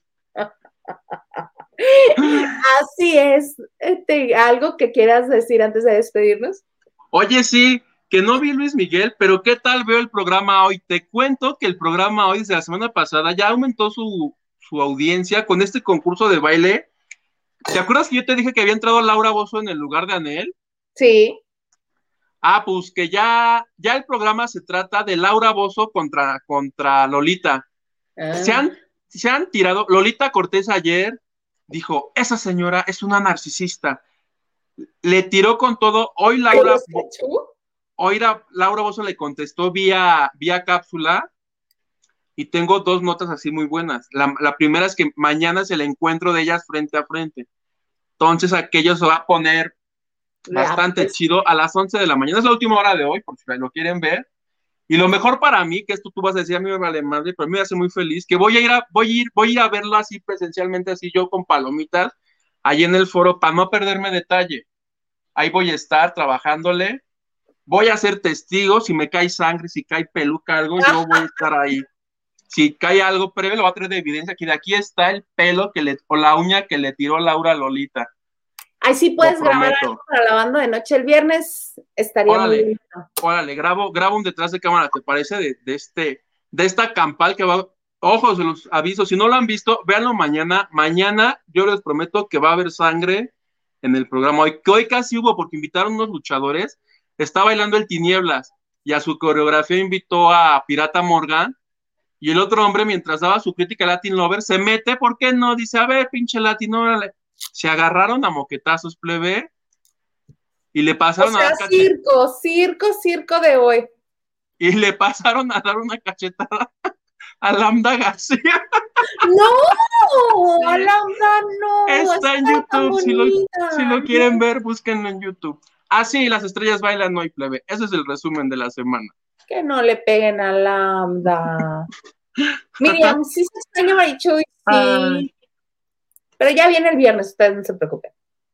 Speaker 2: Así es. ¿Algo que quieras decir antes de despedirnos?
Speaker 1: Oye, sí, que no vi Luis Miguel, pero ¿qué tal veo el programa hoy? Te cuento que el programa hoy, desde la semana pasada, ya aumentó su audiencia con este concurso de baile. ¿Te acuerdas que yo te dije que había entrado Laura Bozzo en el lugar de Anel?
Speaker 2: Sí.
Speaker 1: Pues que ya el programa se trata de Laura Bozzo contra Lolita. Se han tirado. Lolita Cortés ayer dijo, esa señora es una narcisista. Le tiró con todo. Hoy Laura Bozzo le contestó vía cápsula y tengo 2 notas así muy buenas. La primera es que mañana es el encuentro de ellas frente a frente. Entonces aquello se va a poner bastante chido a las 11 de la mañana. Es la última hora de hoy, por si lo quieren ver. Y lo mejor para mí, que esto tú vas a decir, a mí me vale madre, pero a mí me hace muy feliz, que voy a ir a verlo así presencialmente, así yo con palomitas, ahí en el foro, para no perderme detalle. Ahí voy a estar trabajándole, voy a ser testigo, si me cae sangre, si cae peluca, algo, yo voy a estar ahí. Si cae algo previo, lo voy a traer de evidencia, que de aquí está el pelo o la uña que le tiró Laura a Lolita.
Speaker 2: Ahí sí puedes grabar algo para la banda de noche el viernes, estaría muy lindo.
Speaker 1: Órale, grabo un detrás de cámara, ¿te parece? De esta campal que va, ojo, se los aviso, si no lo han visto, véanlo mañana. Mañana yo les prometo que va a haber sangre en el programa hoy, que hoy casi hubo, porque invitaron unos luchadores, está bailando el Tinieblas, y a su coreografía invitó a Pirata Morgan, y el otro hombre, mientras daba su crítica a Latin Lover, se mete, ¿por qué no? Dice, a ver, pinche Latin, órale. Se agarraron a moquetazos, plebe, y le pasaron a dar
Speaker 2: circo de hoy.
Speaker 1: Y le pasaron a dar una cachetada a Lambda García.
Speaker 2: ¡No! A Lambda no.
Speaker 1: Está en YouTube, si lo quieren ver, búsquenlo en YouTube. Sí, las estrellas bailan hoy, plebe. Ese es el resumen de la semana.
Speaker 2: Que no le peguen a Lambda. Miriam, sí se extraña Marichuy, sí. Pero ya viene el viernes, ustedes no se preocupen.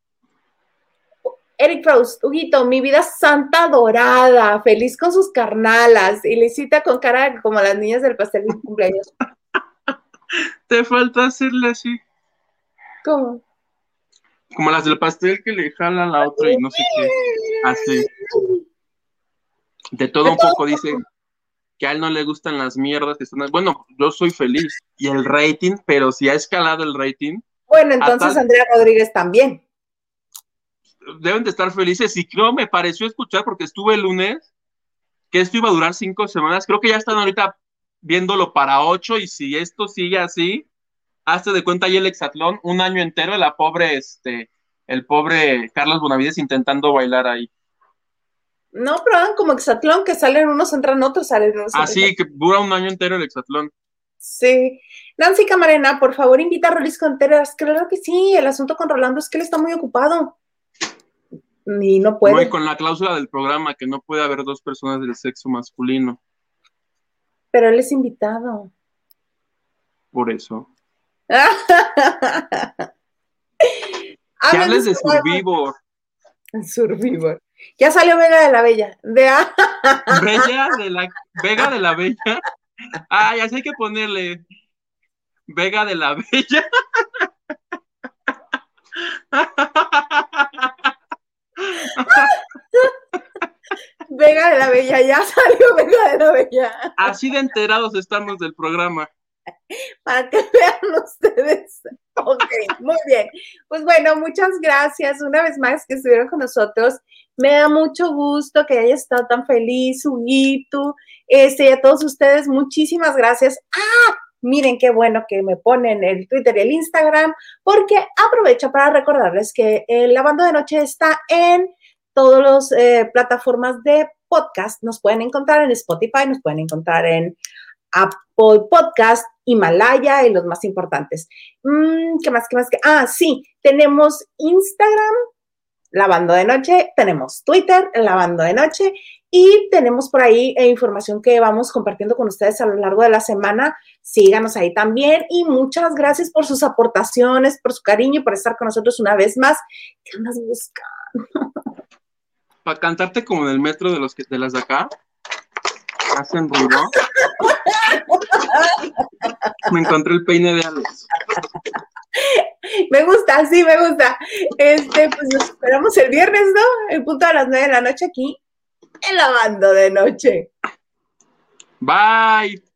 Speaker 2: Eric Frost, Huguito, mi vida santa dorada, feliz con sus carnalas, y Lisita con cara como las niñas del pastel de cumpleaños.
Speaker 1: Te falta hacerle así.
Speaker 2: ¿Cómo?
Speaker 1: Como las del pastel que le jalan la otra y no sé qué. Así. De todo un poco, dice que a él no le gustan las mierdas que están. Bueno, yo soy feliz. Y el rating, pero si ha escalado el rating.
Speaker 2: Bueno, entonces Andrea Rodríguez también.
Speaker 1: Deben de estar felices. Y creo, me pareció escuchar, porque estuve el lunes, que esto iba a durar 5 semanas. Creo que ya están ahorita viéndolo para 8. Y si esto sigue así, hazte de cuenta ahí el hexatlón, un año entero, el pobre Carlos Bonavides intentando bailar ahí.
Speaker 2: No, pero hagan como hexatlón, que salen unos, entran otros, salen unos.
Speaker 1: Sí, que dura un año entero el hexatlón.
Speaker 2: Sí. Nancy Camarena, por favor, invita a Rolis Contreras. Claro que sí, el asunto con Rolando es que él está muy ocupado. Y no puede.
Speaker 1: No, y con la cláusula del programa, que no puede haber 2 personas del sexo masculino.
Speaker 2: Pero él es invitado.
Speaker 1: Por eso. Que hables de Survivor.
Speaker 2: Survivor. Ya salió Vega de la Bella.
Speaker 1: Vega de la Bella Ay, así hay que ponerle Vega de la Bella.
Speaker 2: Vega de la Bella, ya salió Vega de la Bella.
Speaker 1: Así de enterados estamos del programa.
Speaker 2: Para que vean ustedes. Ok, muy bien. Pues bueno, muchas gracias una vez más que estuvieron con nosotros. Me da mucho gusto que haya estado tan feliz, Huguito. Y a todos ustedes, muchísimas gracias. Miren qué bueno que me ponen el Twitter y el Instagram, porque aprovecho para recordarles que Lavando de Noche está en todas las plataformas de podcast. Nos pueden encontrar en Spotify, nos pueden encontrar en Apple Podcast, Himalaya y los más importantes. ¿Qué más? Sí, tenemos Instagram, Lavando de Noche, tenemos Twitter, Lavando de Noche, y tenemos por ahí información que vamos compartiendo con ustedes a lo largo de la semana. Síganos ahí también y muchas gracias por sus aportaciones, por su cariño y por estar con nosotros una vez más. ¿Qué andas buscando?
Speaker 1: Para cantarte como en el metro de las de acá. Hacen ruido. Me encontré el peine de Alex.
Speaker 2: Me gusta, sí, me gusta. Pues nos esperamos el viernes, ¿no? En punto a las 9 de la noche aquí en Lavando de Noche.
Speaker 1: Bye.